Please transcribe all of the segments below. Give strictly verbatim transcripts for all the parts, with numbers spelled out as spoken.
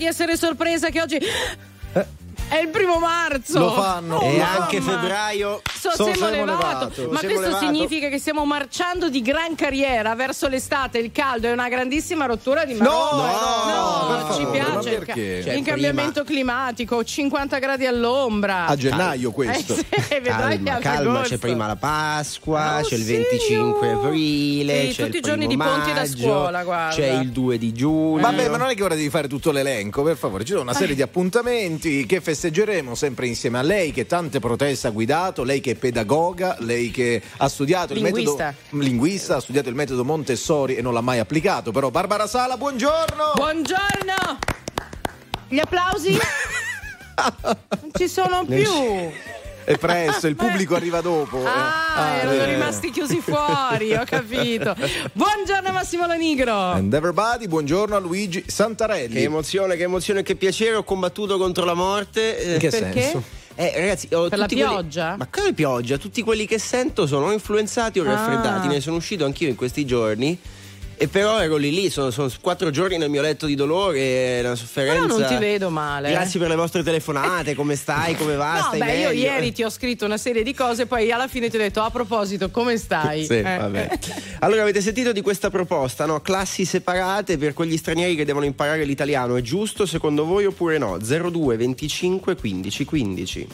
di essere sorpresa che oggi è il primo marzo. Lo fanno. E lo anche fanno. febbraio. So, So, siamo siamo levato. levato. Ma Siamo questo levato. significa che stiamo marciando di gran carriera verso l'estate, il caldo, è una grandissima rottura di No, marone. no, no, per ci favore, piace ma il, ca- perché? Cioè, il cambiamento climatico, cinquanta gradi all'ombra. A gennaio questo. Eh sì, vedrai che Calma, ad calma, agosto. c'è prima la Pasqua, Oh, c'è il sì, venticinque oh. aprile, Sì, c'è tutti il i giorni primo di ponti da maggio, scuola, guarda. c'è il due di giugno. Vabbè, ma non è che ora devi fare tutto l'elenco, per favore. Ci sono una serie di appuntamenti che festeggeremo sempre insieme a lei, che tante proteste ha guidato, lei che è pedagoga, lei che ha studiato Linguista. il metodo linguista, ha studiato il metodo Montessori e non l'ha mai applicato. Però Barbara Sala, buongiorno! Buongiorno! Gli applausi? Non ci sono più. È presto, il pubblico arriva dopo. eh. Ah, erano eh. rimasti chiusi fuori, ho capito. Buongiorno Massimo Lonigro. And everybody, buongiorno a Luigi Santarelli. Che emozione, che emozione, che piacere, ho combattuto contro la morte. eh, In che Perché? senso? Eh, ragazzi, ho Per la tutti quelli- pioggia? Ma che pioggia? Tutti quelli che sento sono influenzati o raffreddati. Ah. Ne sono uscito anch'io in questi giorni. E però ero lì lì, sono, sono quattro giorni nel mio letto di dolore, una sofferenza. Però non ti vedo male. Grazie per le vostre telefonate, come stai, come va? No, stai beh, io meglio? ieri ti ho scritto una serie di cose, poi alla fine ti ho detto a proposito, come stai? Sì, Eh. vabbè. Allora, avete sentito di questa proposta, no? Classi separate per quegli stranieri che devono imparare l'italiano. È giusto secondo voi oppure no? zero due venticinque quindici quindici.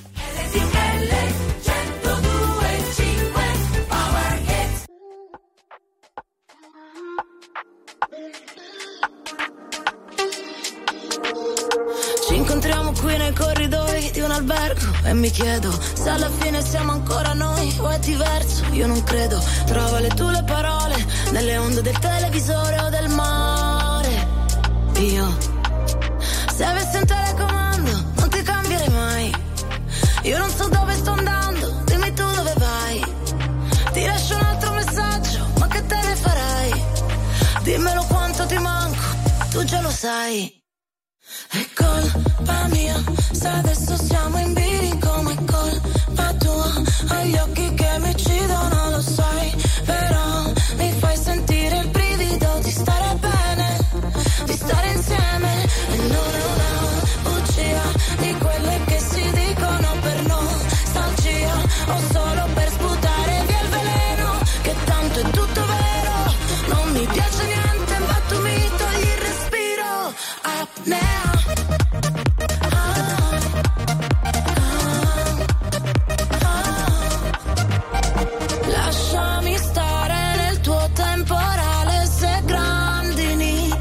Ci incontriamo qui nei corridoi di un albergo e mi chiedo se alla fine siamo ancora noi o è diverso. Io non credo, trova le tue le parole nelle onde del televisore o del mare. Io, se avessi un telecomando, non ti cambierei mai. Io non so dove sto andando, dimmi tu dove vai. Ti lascio un altro messaggio, ma che te ne farai? Dimmelo quanto ti manco, tu già lo sai. È colpa mia, se adesso siamo in bilico, ma è colpa tua. Hai gli occhi che mi uccidono, lo sai, però mi fai sentire il brivido di stare bene, di stare insieme. E non è una bugia di quelle che si dicono per nostalgia, o solo per sputare via il veleno, che tanto è tutto vero. Non mi piace niente, ma tu mi togli il respiro. Apnea. Lasciami stare nel tuo temporale se grandini.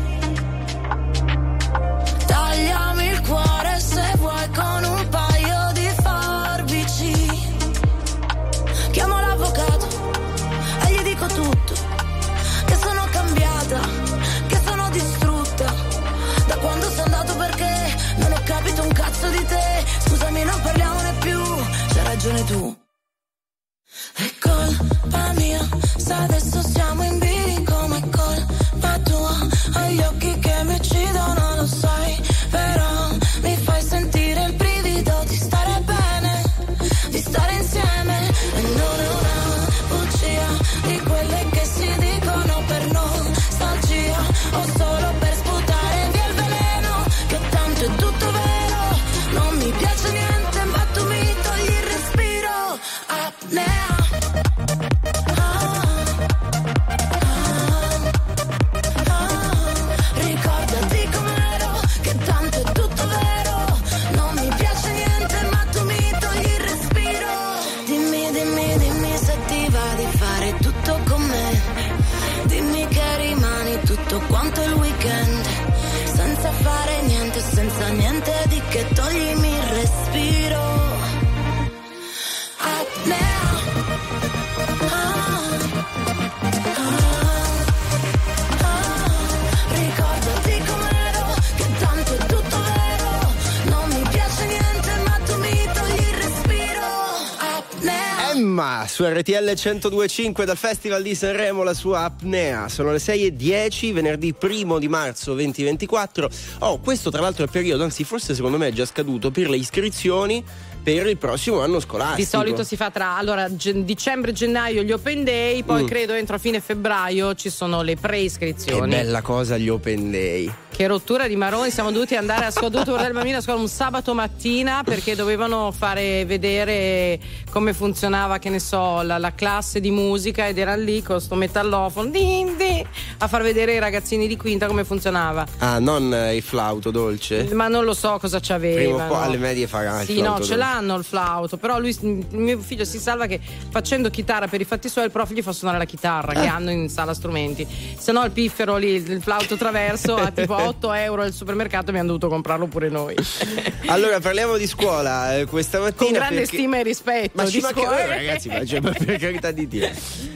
Tagliami il cuore se vuoi con un paio di forbici. Chiamo l'avvocato e gli dico tutto, che sono cambiata, che sono distrutta da quando sei andato, perché non ho capito un cazzo di te. Scusami, non parliamone più, c'hai ragione tu. È colpa mia, se adesso siamo in bilico, ma è colpa tua. Hai gli occhi che mi uccidono, lo sai, però mi fai sentire il brivido di stare bene, di stare insieme. E non è una bugia di quelle che si dicono per nostalgia, o solo per sputare via il veleno, che tanto è tutto vero. Non mi piace niente, ma tu mi togli il respiro. Apnea. Ricordati com'ero, che tanto è tutto vero. Non mi piace niente, ma tu mi togli il respiro. Dimmi, dimmi, dimmi se ti va di fare tutto con me. Dimmi che rimani tutto quanto il weekend, senza fare niente, senza niente di che, toglimi il respiro. Apnea. Ricordati com'ero, che tanto è tutto vero. Non mi piace niente, ma tu mi togli il respiro. Apnea. Emma su R T L centodue e cinque dal Festival di Sanremo, la sua Apnea. Sono le sei e dieci, venerdì primo di marzo duemilaventiquattro. Oh, questo tra l'altro è il periodo, anzi forse secondo me è già scaduto, per le iscrizioni per il prossimo anno scolastico. Di solito si fa tra allora gen- dicembre e gennaio gli open day, poi Mm. credo entro fine febbraio ci sono le Che preiscrizioni. bella cosa gli open day. Che rottura di maroni, siamo dovuti andare a scuola, dovuto portare il bambino a scuola un sabato mattina perché dovevano fare vedere come funzionava, che ne so, la, la classe di musica, ed era lì con sto metallofono din, din, a far vedere ai ragazzini di quinta come funzionava. Ah, non il flauto dolce? Ma non lo so cosa c'aveva. Prima o poi alle medie farà il sì, flauto no, dolce. Ce l'hanno il flauto, però lui, mio figlio si salva che facendo chitarra per i fatti suoi il prof gli fa suonare la chitarra eh. che hanno in sala strumenti, se no il piffero lì, il flauto traverso a tipo otto euro al supermercato, mi hanno dovuto comprarlo pure noi. Allora parliamo di scuola eh, questa mattina con grande perché... stima e rispetto. Ma ci scuola... manca... eh, ragazzi, ma cioè, per carità di Dio.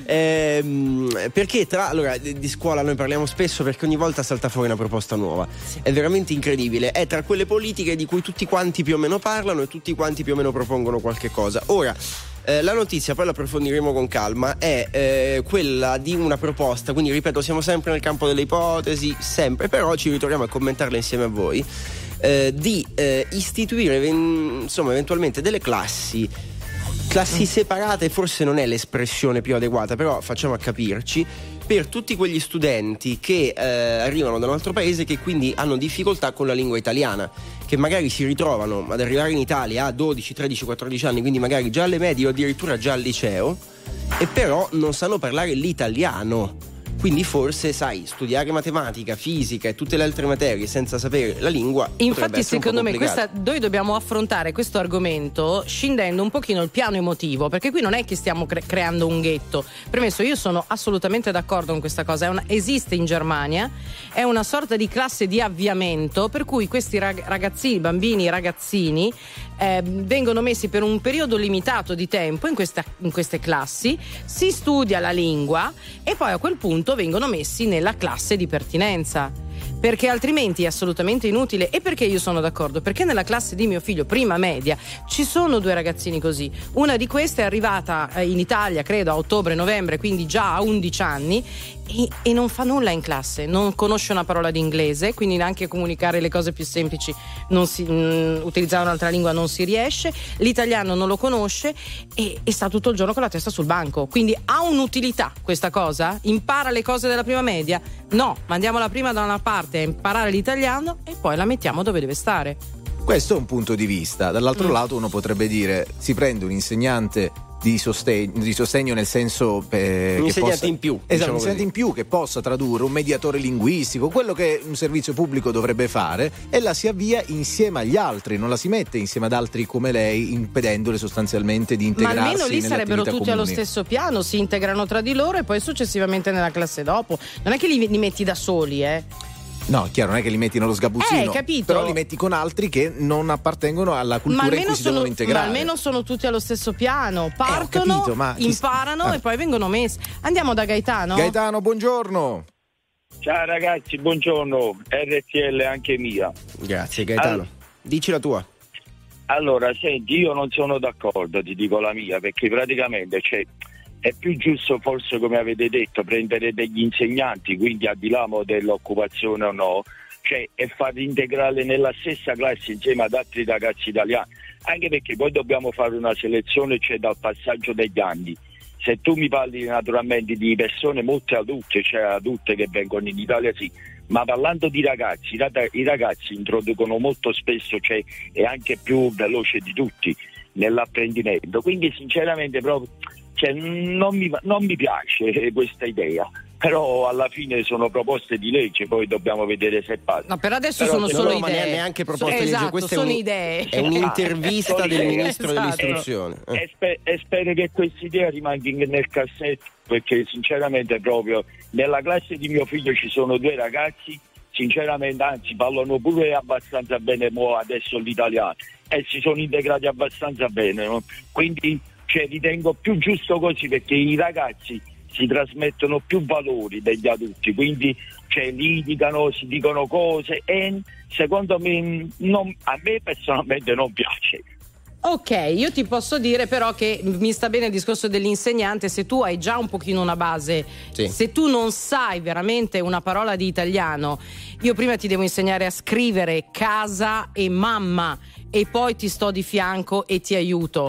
Ehm, perché tra allora di, di scuola noi parliamo spesso perché ogni volta salta fuori una proposta nuova. Sì. È veramente incredibile. È tra quelle politiche di cui tutti quanti più o meno parlano e tutti quanti più o meno propongono qualche cosa. Ora Eh, la notizia, poi la approfondiremo con calma, è eh, quella di una proposta, quindi ripeto siamo sempre nel campo delle ipotesi, sempre, però ci ritroviamo a commentarla insieme a voi, eh, di eh, istituire ven- insomma eventualmente delle classi classi separate, forse non è l'espressione più adeguata, però facciamo a capirci, per tutti quegli studenti che eh, arrivano da un altro paese, che quindi hanno difficoltà con la lingua italiana, che magari si ritrovano ad arrivare in Italia a dodici, tredici, quattordici anni, quindi magari già alle medie o addirittura già al liceo, e però non sanno parlare l'italiano. Quindi forse, sai, studiare matematica, fisica e tutte le altre materie senza sapere la lingua. Infatti secondo me questa, noi dobbiamo affrontare questo argomento scindendo un pochino il piano emotivo, perché qui non è che stiamo cre- creando un ghetto. Premesso, io sono assolutamente d'accordo con questa cosa, è una, esiste in Germania, è una sorta di classe di avviamento per cui questi rag- ragazzini, bambini, ragazzini eh, vengono messi per un periodo limitato di tempo in, questa, in queste classi, si studia la lingua e poi a quel punto vengono messi nella classe di pertinenza, perché altrimenti è assolutamente inutile. E perché io sono d'accordo? Perché nella classe di mio figlio, prima media, ci sono due ragazzini così. Una di queste è arrivata in Italia credo a ottobre-novembre, quindi già a undici anni, e, e non fa nulla in classe, non conosce una parola di inglese, quindi neanche comunicare le cose più semplici, non si, mh, utilizzare un'altra lingua non si riesce, l'italiano non lo conosce e, e sta tutto il giorno con la testa sul banco. Quindi ha un'utilità questa cosa? Impara le cose della prima media? No, mandiamola prima da una parte a imparare l'italiano e poi la mettiamo dove deve stare. Questo è un punto di vista. Dall'altro mm. lato uno potrebbe dire, si prende un insegnante di sostegno, di sostegno nel senso eh, un che insegnante possa, in più, esatto, diciamo un insegnante in più che possa tradurre, un mediatore linguistico, quello che un servizio pubblico dovrebbe fare, e la si avvia insieme agli altri, non la si mette insieme ad altri come lei, impedendole sostanzialmente di integrarsi. Ma almeno lì sarebbero tutti comuni. Allo stesso piano, si integrano tra di loro e poi successivamente nella classe dopo. Non è che li, li metti da soli, eh. No, chiaro, non è che li metti nello sgabuzzino, eh, capito? però li metti con altri che non appartengono alla cultura in cui si sono, devono integrare. Ma almeno sono tutti allo stesso piano, partono, eh, capito, ma imparano ah. e poi vengono messi. Andiamo da Gaetano. Gaetano, buongiorno. Ciao ragazzi, buongiorno, R T L anche mia. Grazie Gaetano. All... Dici la tua. Allora, senti, io non sono d'accordo, ti dico la mia, perché praticamente c'è... È più giusto forse, come avete detto, prendere degli insegnanti, quindi al di là dell'occupazione o no, cioè, e far integrare nella stessa classe insieme ad altri ragazzi italiani, anche perché poi dobbiamo fare una selezione, cioè dal passaggio degli anni. Se tu mi parli naturalmente di persone molto adulte, cioè adulte che vengono in Italia, sì, ma parlando di ragazzi, i ragazzi introducono molto spesso, cioè è anche più veloce di tutti nell'apprendimento, quindi sinceramente proprio... Cioè, non, mi, non mi piace questa idea, però alla fine sono proposte di legge, poi dobbiamo vedere se passa. No, per adesso però sono solo no, idee. Ma neanche proposte esatto, di legge, questa sono è, un, idee. è un'intervista ah, del idee. ministro esatto. dell'istruzione. Eh. E, sper- e spero che questa idea rimanga nel cassetto, perché sinceramente proprio nella classe di mio figlio ci sono due ragazzi, sinceramente anzi parlano pure abbastanza bene mo adesso l'italiano e si sono integrati abbastanza bene, no? Quindi cioè, ritengo più giusto così, perché i ragazzi si trasmettono più valori degli adulti, quindi cioè, litigano, si dicono cose e secondo me non, a me personalmente non piace. Ok, io ti posso dire però che mi sta bene il discorso dell'insegnante. Se tu hai già un pochino una base, sì. Se tu non sai veramente una parola di italiano, io prima ti devo insegnare a scrivere casa e mamma e poi ti sto di fianco e ti aiuto.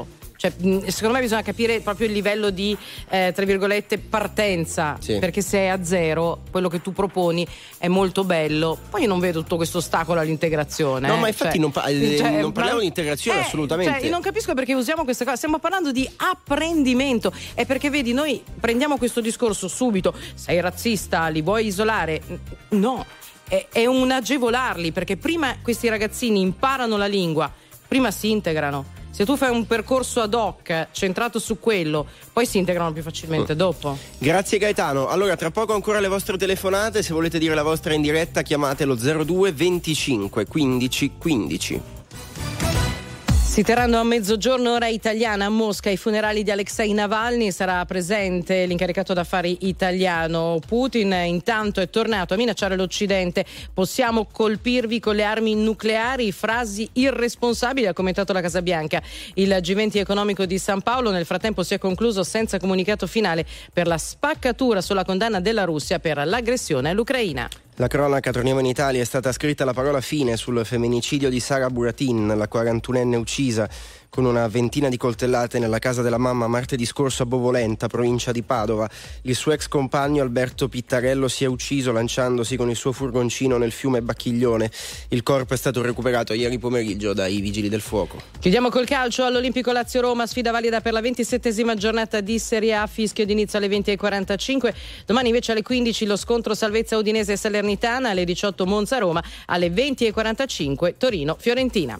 Cioè, secondo me bisogna capire proprio il livello di eh, tra virgolette partenza, sì. Perché se è a zero quello che tu proponi è molto bello, poi io non vedo tutto questo ostacolo all'integrazione. No, eh. ma infatti cioè, non, pa- eh, cioè, non parliamo ma, di integrazione, eh, assolutamente. Cioè, io non capisco perché usiamo queste cose, stiamo parlando di apprendimento, è perché vedi, noi prendiamo questo discorso subito, sei razzista, li vuoi isolare? No, è, è un agevolarli, perché prima questi ragazzini imparano la lingua, prima si integrano. Se tu fai un percorso ad hoc centrato su quello, poi si integrano più facilmente dopo. Grazie Gaetano. Allora, tra poco ancora le vostre telefonate. Se volete dire la vostra in diretta, chiamate lo zero due venticinque quindici quindici. Si terranno a mezzogiorno ora italiana a Mosca i funerali di Alexei Navalny. Sarà presente l'incaricato d'affari italiano. Putin intanto è tornato a minacciare l'Occidente. Possiamo colpirvi con le armi nucleari, frasi irresponsabili, ha commentato la Casa Bianca. Il G venti economico di San Paolo nel frattempo si è concluso senza comunicato finale per la spaccatura sulla condanna della Russia per l'aggressione all'Ucraina. La cronaca, torniamo in Italia, è stata scritta la parola fine sul femminicidio di Sara Buratin, la quarantunenne uccisa con una ventina di coltellate nella casa della mamma martedì scorso a Bovolenta, provincia di Padova. Il suo ex compagno Alberto Pittarello si è ucciso lanciandosi con il suo furgoncino nel fiume Bacchiglione. Il corpo è stato recuperato ieri pomeriggio dai vigili del fuoco. Chiudiamo col calcio. All'Olimpico Lazio-Roma, sfida valida per la ventisettesima giornata di Serie A, fischio d'inizio alle venti e quarantacinque. Domani invece alle quindici lo scontro Salvezza Udinese e Salernitana, alle diciotto Monza-Roma, alle venti e quarantacinque Torino-Fiorentina.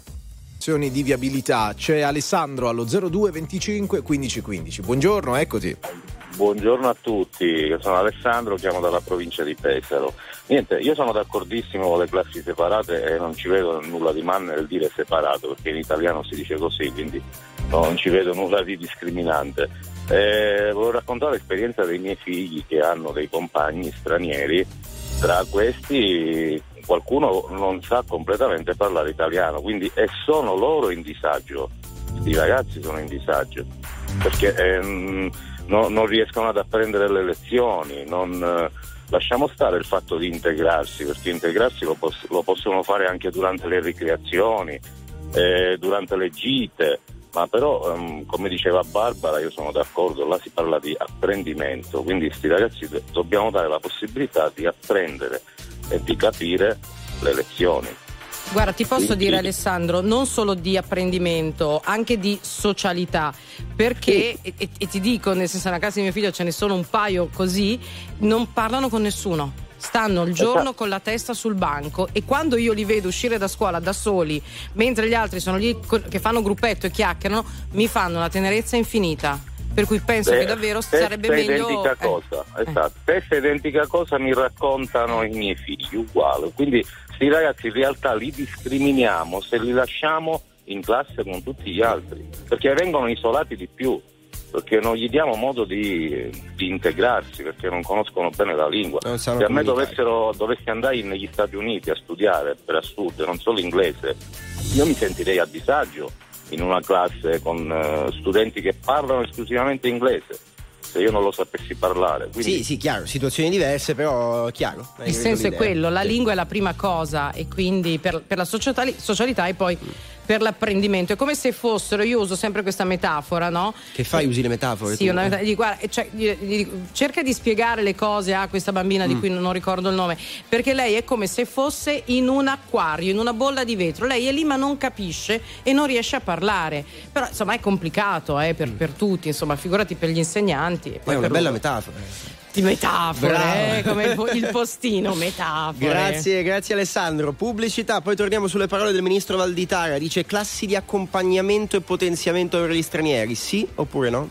Di viabilità c'è Alessandro allo zero due venticinque quindici quindici. Buongiorno, eccoti. Buongiorno a tutti, io sono Alessandro, chiamo dalla provincia di Pesaro. Niente, io sono d'accordissimo con le classi separate e non ci vedo nulla di male nel dire separato, perché in italiano si dice così, quindi no, non ci vedo nulla di discriminante. Eh, volevo raccontare l'esperienza dei miei figli che hanno dei compagni stranieri. Tra questi qualcuno non sa completamente parlare italiano, quindi e sono loro in disagio, i ragazzi sono in disagio perché ehm, no, non riescono ad apprendere le lezioni, non, eh, lasciamo stare il fatto di integrarsi, perché integrarsi lo, poss- lo possono fare anche durante le ricreazioni, eh, durante le gite, ma però ehm, come diceva Barbara, io sono d'accordo, là si parla di apprendimento, quindi questi ragazzi do- dobbiamo dare la possibilità di apprendere e di capire le lezioni. Guarda, ti posso Quindi, dire Alessandro, non solo di apprendimento, anche di socialità, perché sì. e, e ti dico, nel senso, nella casa di mio figlio ce ne sono un paio così, non parlano con nessuno, stanno il giorno esatto. con la testa sul banco, e quando io li vedo uscire da scuola da soli mentre gli altri sono lì che fanno gruppetto e chiacchierano, mi fanno una tenerezza infinita. Per cui penso Beh, che davvero sarebbe meglio. Identica eh. cosa, esatto. Stessa identica cosa mi raccontano i miei figli, uguale. Quindi questi ragazzi in realtà li discriminiamo se li lasciamo in classe con tutti gli altri, perché vengono isolati di più, perché non gli diamo modo di, di integrarsi, perché non conoscono bene la lingua. Se a me dovessero, dovessi andare negli Stati Uniti a studiare, per assurdo, non solo inglese, io mi sentirei a disagio in una classe con uh, studenti che parlano esclusivamente inglese, se io non lo sapessi parlare. Quindi... Sì, sì, chiaro, situazioni diverse, però chiaro. Il senso l'idea. È quello, la sì. lingua è la prima cosa, e quindi per, per la socialità e poi per l'apprendimento. È come se fossero, io uso sempre questa metafora, no? Che fai, usi le metafore? Sì, tu, una eh? metafora, guarda, cioè, gli, gli, cerca di spiegare le cose a questa bambina mm. di cui non ricordo il nome, perché lei è come se fosse in un acquario, in una bolla di vetro, lei è lì ma non capisce e non riesce a parlare, però insomma è complicato eh, per, per tutti, insomma, figurati per gli insegnanti. E poi è una per bella loro. metafora. Di metafore, eh, come il, il postino, metafore. Grazie, grazie Alessandro. Pubblicità, poi torniamo sulle parole del ministro Valditara. Dice classi di accompagnamento e potenziamento per gli stranieri, sì oppure no?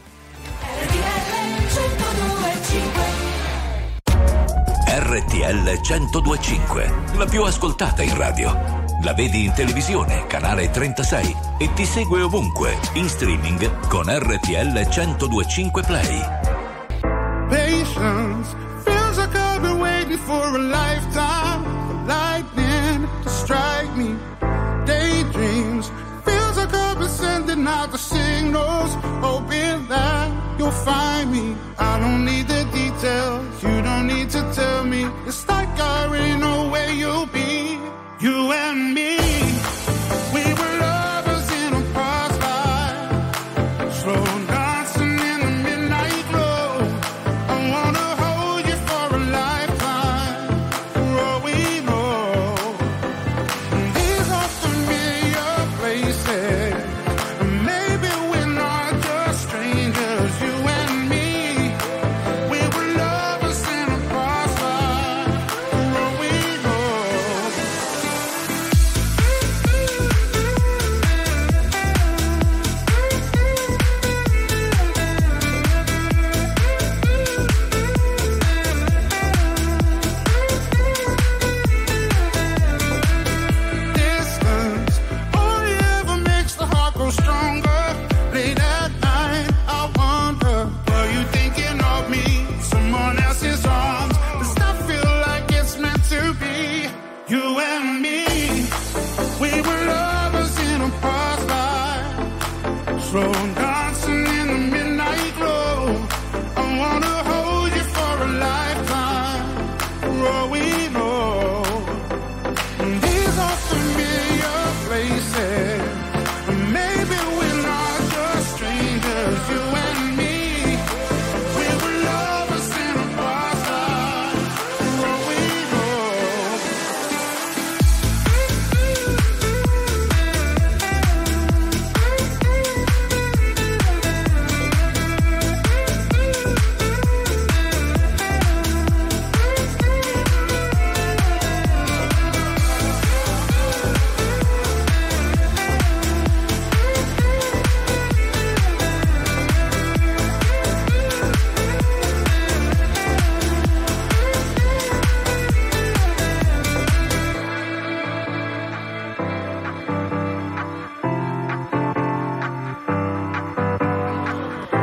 R T L centodue e cinque, la più ascoltata in radio. La vedi in televisione, canale trentasei, e ti segue ovunque, in streaming con R T L centodue e cinque Play. Patience feels like I've been waiting for a lifetime, for lightning to strike me. Daydreams feels like I've been sending out the signals, hoping that you'll find me. I don't need the details, you don't need to tell me. It's like I already know where you'll be. You and me, we were lovers in a past life.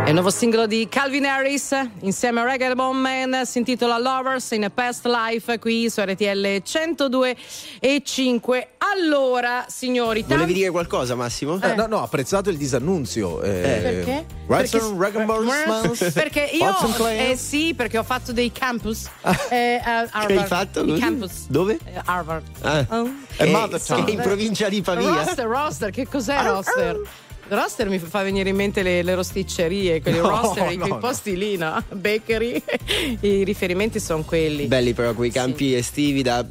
il nuovo singolo di Calvin Harris insieme a Ragabone Man, si intitola Lovers in a Past Life, qui su R T L centodue e cinque. Allora, signori, tanti... volevi dire qualcosa, Massimo? Eh. No, no, ho apprezzato il disannunzio. Eh, perché? Ransom, perché, perché io eh sì, perché ho fatto dei campus eh, a Harvard. Che hai fatto? I campus. Dove? Eh, Harvard. Ah. Oh. È in provincia di Pavia. Roster, roster, che cos'è roster? Roster mi fa venire in mente le, le rosticcerie, quelli no, roster, no, quei no. posti lì, no? Bakery. I riferimenti sono quelli. Belli però quei campi sì. estivi da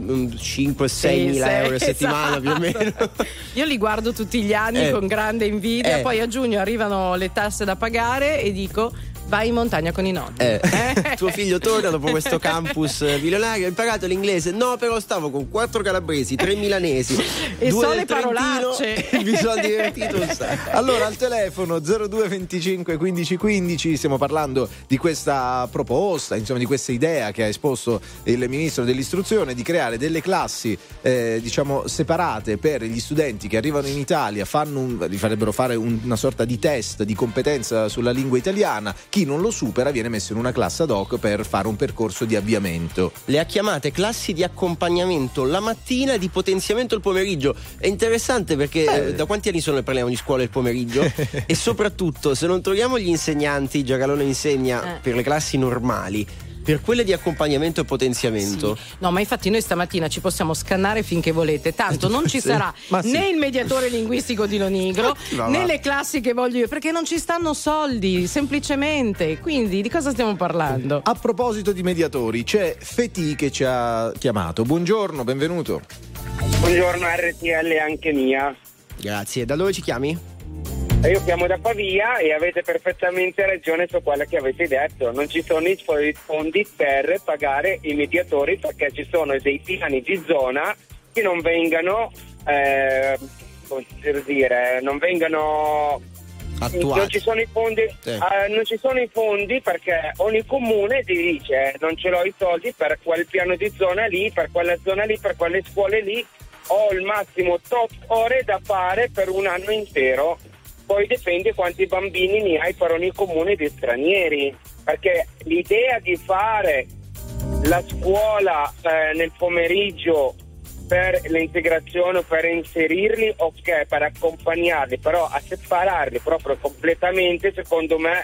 cinque sei sì, mila sì, euro a settimana esatto. più o meno. Io li guardo tutti gli anni eh. con grande invidia, eh. poi a giugno arrivano le tasse da pagare e dico vai in montagna con i nonni. Eh. Eh. Tuo figlio torna dopo questo campus milionario, hai imparato l'inglese? No, però stavo con quattro calabresi, tre milanesi e due so del le parolacce. Mi sono divertito un sacco. Allora, al telefono zero due venticinque quindici quindici stiamo parlando di questa proposta, insomma di questa idea che ha esposto il ministro dell'istruzione di creare delle classi eh, diciamo separate per gli studenti che arrivano in Italia, fanno un, li farebbero fare un, una sorta di test di competenza sulla lingua italiana. Chi non lo supera viene messo in una classe ad hoc per fare un percorso di avviamento. Le ha chiamate classi di accompagnamento la mattina e di potenziamento il pomeriggio. È interessante perché eh, da quanti anni sono che parliamo di scuola il pomeriggio? E soprattutto, se non troviamo gli insegnanti, Giagalone insegna eh. per le classi normali, per quelle di accompagnamento e potenziamento. Sì. No, ma infatti noi stamattina ci possiamo scannare finché volete, tanto non ci sì. sarà sì. né il mediatore linguistico di Lonigro no, né va. le classi che voglio io, perché non ci stanno soldi, semplicemente. Quindi di cosa stiamo parlando? A proposito di mediatori, c'è Feti che ci ha chiamato. Buongiorno, benvenuto. Buongiorno R T L anche mia. Grazie. Da dove ci chiami? Io chiamo da Pavia e avete perfettamente ragione su quello che avete detto. Non ci sono i fondi per pagare i mediatori perché ci sono dei piani di zona che non vengano, eh, come per dire, non vengano attuati. Non ci sono i fondi, sì. eh, non ci sono i fondi perché ogni comune ti dice non ce l'ho i soldi per quel piano di zona lì, per quella zona lì, per quelle scuole lì. Ho il massimo tot ore da fare per un anno intero. Poi dipende quanti bambini ne hai per ogni comune di stranieri, perché l'idea di fare la scuola eh, nel pomeriggio per l'integrazione, per inserirli, ok, per accompagnarli, però a separarli proprio completamente, secondo me,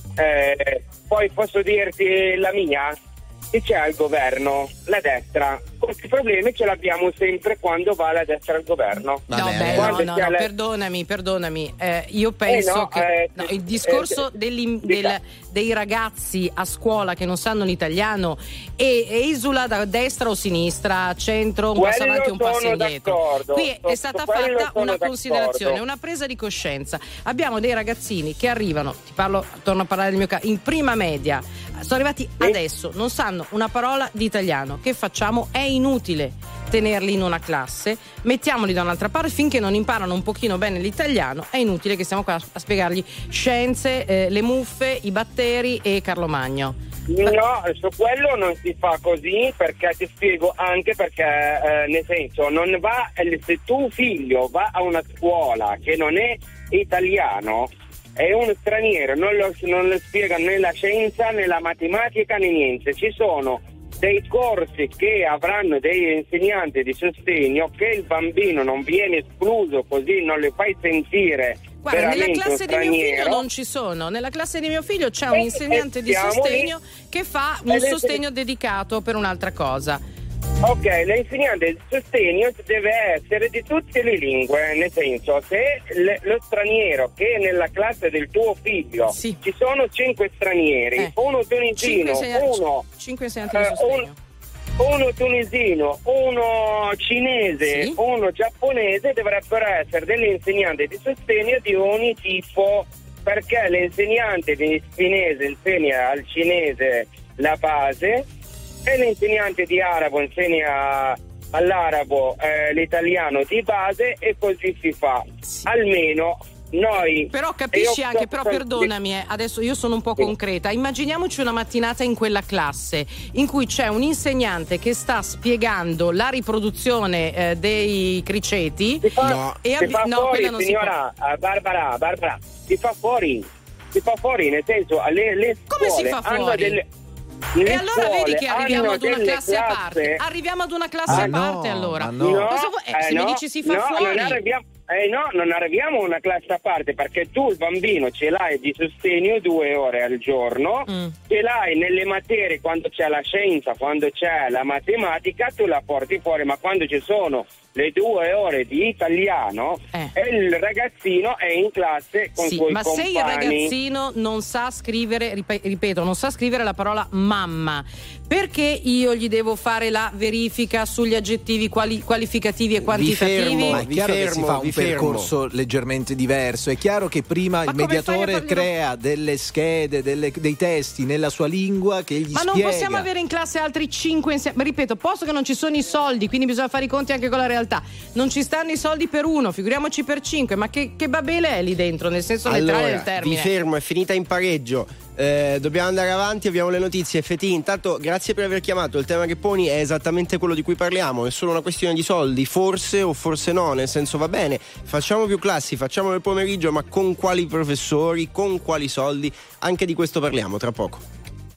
eh, poi posso dirti la mia, che c'è al governo, la destra. Questi problemi ce l'abbiamo sempre quando va la destra al governo. No, beh, no, no, no, la... perdonami, perdonami. Eh, io penso eh no, che eh, no, il discorso eh, degli, del, dei ragazzi a scuola che non sanno l'italiano e esula da destra o sinistra, centro, un passo avanti e un passo indietro. D'accordo. Qui è stata fatta una d'accordo. considerazione, una presa di coscienza. Abbiamo dei ragazzini che arrivano, ti parlo, torno a parlare del mio caso, in prima media, sono arrivati sì. adesso, non sanno una parola di italiano. Che facciamo? È inutile tenerli in una classe, mettiamoli da un'altra parte finché non imparano un pochino bene l'italiano. È inutile che stiamo qua a spiegargli scienze, eh, le muffe, i batteri e Carlo Magno. No, su quello non si fa così, perché ti spiego anche perché, eh, nel senso, non va, se tuo figlio va a una scuola che non è italiano, è uno straniero, non lo, non lo spiega né la scienza né la matematica né niente. Ci sono dei corsi che avranno degli insegnanti di sostegno, che il bambino non viene escluso così, non le fai sentire. Guarda, nella classe di mio figlio non ci sono. Nella classe di mio figlio c'è un insegnante di sostegno che fa un sostegno dedicato per un'altra cosa. Ok, l'insegnante di sostegno deve essere di tutte le lingue, nel senso, se le, lo straniero che è nella classe del tuo figlio, sì. ci sono cinque stranieri, eh. uno tunisino, cinque uno cinque insegnanti di sostegno. Uh, un, uno tunisino, uno cinese, sì. uno giapponese, dovrebbero essere degli insegnanti di sostegno di ogni tipo, perché l'insegnante di cinese insegna al cinese la base e l'insegnante di arabo insegna all'arabo eh, l'italiano di base, e così si fa. Sì. Almeno noi. Però capisci anche, però perdonami, eh, adesso io sono un po' concreta. Immaginiamoci una mattinata in quella classe in cui c'è un insegnante che sta spiegando la riproduzione eh, dei criceti. Si fa, no. E si abbi- fa no, fuori, quella non signora si può. Barbara, Barbara, si fa fuori. si fa fuori, nel senso le, le come scuole si fa hanno fuori? delle E le allora vedi che arriviamo ad una delle classe a parte. classi- Arriviamo ad una classe Ah, a parte no, allora. ma no. No, Cosa vuoi- eh, se eh, mi no, dici si fa no, fuori. Non arriviamo, eh no, non arriviamo a una classe a parte, perché tu il bambino ce l'hai di sostegno due ore al giorno, Mm. ce l'hai nelle materie quando c'è la scienza, quando c'è la matematica, tu la porti fuori, ma quando ci sono le due ore di italiano Eh. e il ragazzino è in classe con i Sì, suoi ma compagni. se il ragazzino non sa scrivere, rip- ripeto, non sa scrivere la parola mamma, perché io gli devo fare la verifica sugli aggettivi quali- qualificativi e quantitativi? fermo, Ma è Vi chiaro che si fermo, fa vi un fermo. percorso leggermente diverso. È chiaro che prima Ma il come fai a mediatore farglielo- crea delle schede, delle- dei testi nella sua lingua che gli Ma non spiega. possiamo avere in classe altri cinque insieme. Ripeto, posto che non ci sono i soldi, quindi bisogna fare i conti anche con la realtà. Non ci stanno i soldi per uno, figuriamoci per cinque. Ma che, che babele è lì dentro, nel senso letterale Allora, del termine? vi fermo, è finita in pareggio. Eh, dobbiamo andare avanti, abbiamo le notizie. F T, intanto grazie per aver chiamato. Il tema che poni è esattamente quello di cui parliamo. È solo una questione di soldi, forse o forse no. Nel senso, va bene, facciamo più classi, facciamo nel pomeriggio, ma con quali professori, con quali soldi? Anche di questo parliamo tra poco.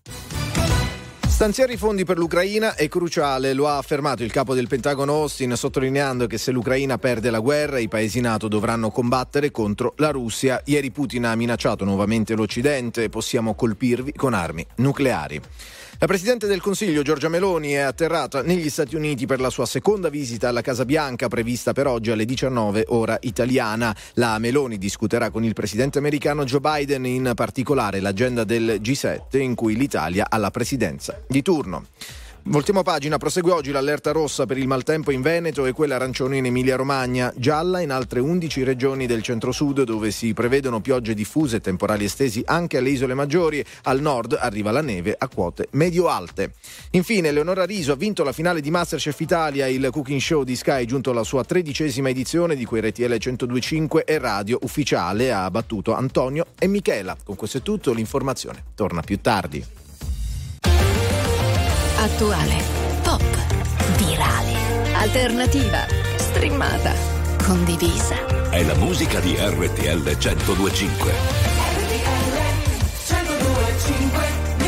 Stanziare i fondi per l'Ucraina è cruciale, lo ha affermato il capo del Pentagono Austin, sottolineando che se l'Ucraina perde la guerra i paesi NATO dovranno combattere contro la Russia. Ieri Putin ha minacciato nuovamente l'Occidente: possiamo colpirvi con armi nucleari. La Presidente del Consiglio Giorgia Meloni è atterrata negli Stati Uniti per la sua seconda visita alla Casa Bianca, prevista per oggi alle diciannove ora italiana. La Meloni discuterà con il presidente americano Joe Biden, in particolare l'agenda del G sette, in cui l'Italia ha la presidenza di turno. Voltiamo pagina, prosegue oggi l'allerta rossa per il maltempo in Veneto e quella arancione in Emilia-Romagna, gialla in altre undici regioni del centro-sud, dove si prevedono piogge diffuse e temporali estesi anche alle isole maggiori. Al nord arriva la neve a quote medio-alte. Infine, Leonora Riso ha vinto la finale di Masterchef Italia, il cooking show di Sky giunto alla sua tredicesima edizione, di cui R T L centodue e cinque e Radio Ufficiale ha battuto Antonio e Michela. Con questo è tutto, l'informazione torna più tardi. Attuale, pop, virale, alternativa, streamata, condivisa. È la musica di R T L centodue e cinque. R T L centodue e cinque.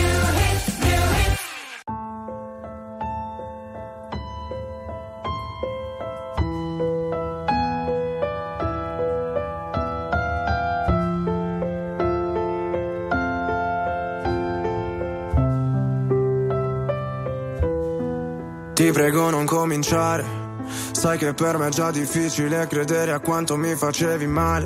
Ti prego non cominciare, sai che per me è già difficile credere a quanto mi facevi male.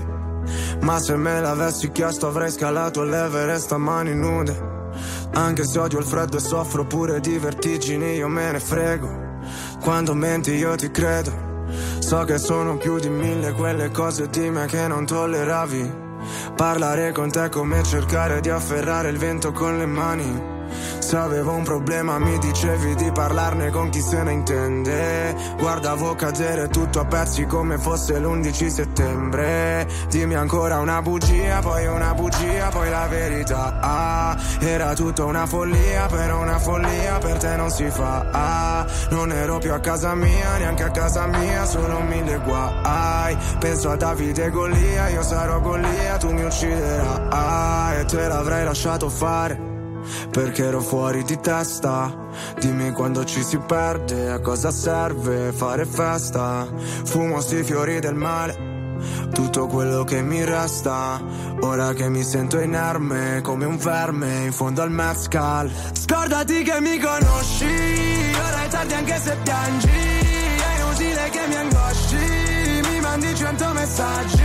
Ma se me l'avessi chiesto avrei scalato l'Everest a mani nude. Anche se odio il freddo e soffro pure di vertigini, io me ne frego. Quando menti io ti credo. So che sono più di mille quelle cose di me che non tolleravi. Parlare con te è come cercare di afferrare il vento con le mani. Se avevo un problema mi dicevi di parlarne con chi se ne intende. Guardavo cadere tutto a pezzi come fosse l'undici settembre. Dimmi ancora una bugia, poi una bugia, poi la verità. Ah, era tutto una follia, però una follia per te non si fa. Ah, non ero più a casa mia, neanche a casa mia, solo mille guai. Penso a Davide e Golia, io sarò Golia, tu mi ucciderai. Ah, e te l'avrei lasciato fare perché ero fuori di testa. Dimmi quando ci si perde, a cosa serve fare festa. Fumo sti fiori del male, tutto quello che mi resta. Ora che mi sento inerme come un verme in fondo al mezcal. Scordati che mi conosci, ora è tardi anche se piangi. È inutile che mi angosci, mi mandi cento messaggi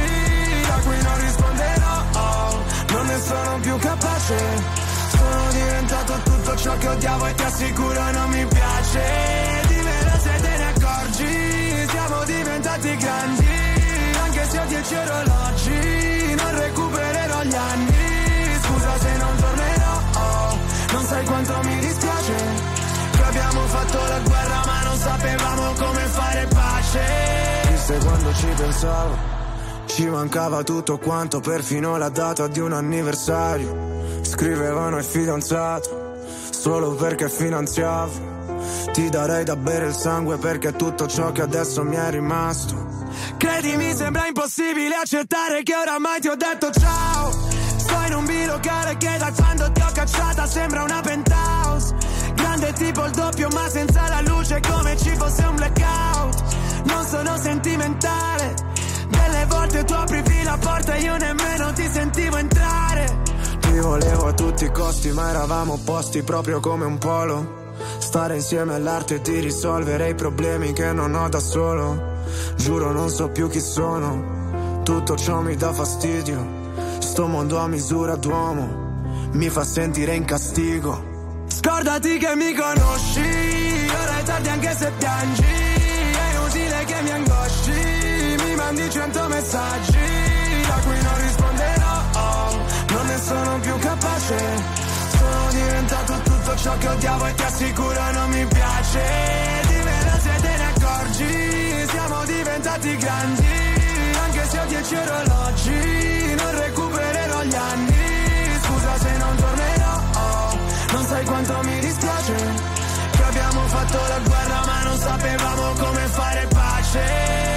a cui non risponderò. Oh, non ne sono più capace. Sono diventato tutto ciò che odiavo e ti assicuro non mi piace. Dimmelo se te ne accorgi, siamo diventati grandi. Anche se ho dieci orologi, non recupererò gli anni. Scusa se non tornerò, oh, non sai quanto mi dispiace che abbiamo fatto la guerra ma non sapevamo come fare pace. Viste quando ci pensavo, ci mancava tutto quanto, perfino la data di un anniversario. Scrivevano il fidanzato solo perché finanziavo. Ti darei da bere il sangue perché tutto ciò che adesso mi è rimasto. Credimi, sembra impossibile accettare che oramai ti ho detto ciao. Sto in un bivio locale che da quando ti ho cacciata sembra una penthouse. Grande tipo il doppio ma senza la luce, come ci fosse un blackout. Non sono sentimentale, delle volte tu aprivi la porta e io nemmeno ti sentivo entrare. Ti volevo a tutti i costi ma eravamo opposti proprio come un polo. Stare insieme all'arte di risolvere i problemi che non ho da solo. Giuro non so più chi sono, tutto ciò mi dà fastidio. Sto mondo a misura d'uomo mi fa sentire in castigo. Scordati che mi conosci, ora è tardi anche se piangi. È inutile che mi angosci, mi mandi cento messaggi da cui non risponderò, non ne sono più capace. Sono diventato tutto ciò che odiavo e ti assicuro non mi piace. Dimmi se te ne accorgi, siamo diventati grandi. Anche se ho dieci orologi, non recupererò gli anni. Scusa se non tornerò, non sai quanto mi dispiace che abbiamo fatto la guerra ma non sapevamo come fare pace.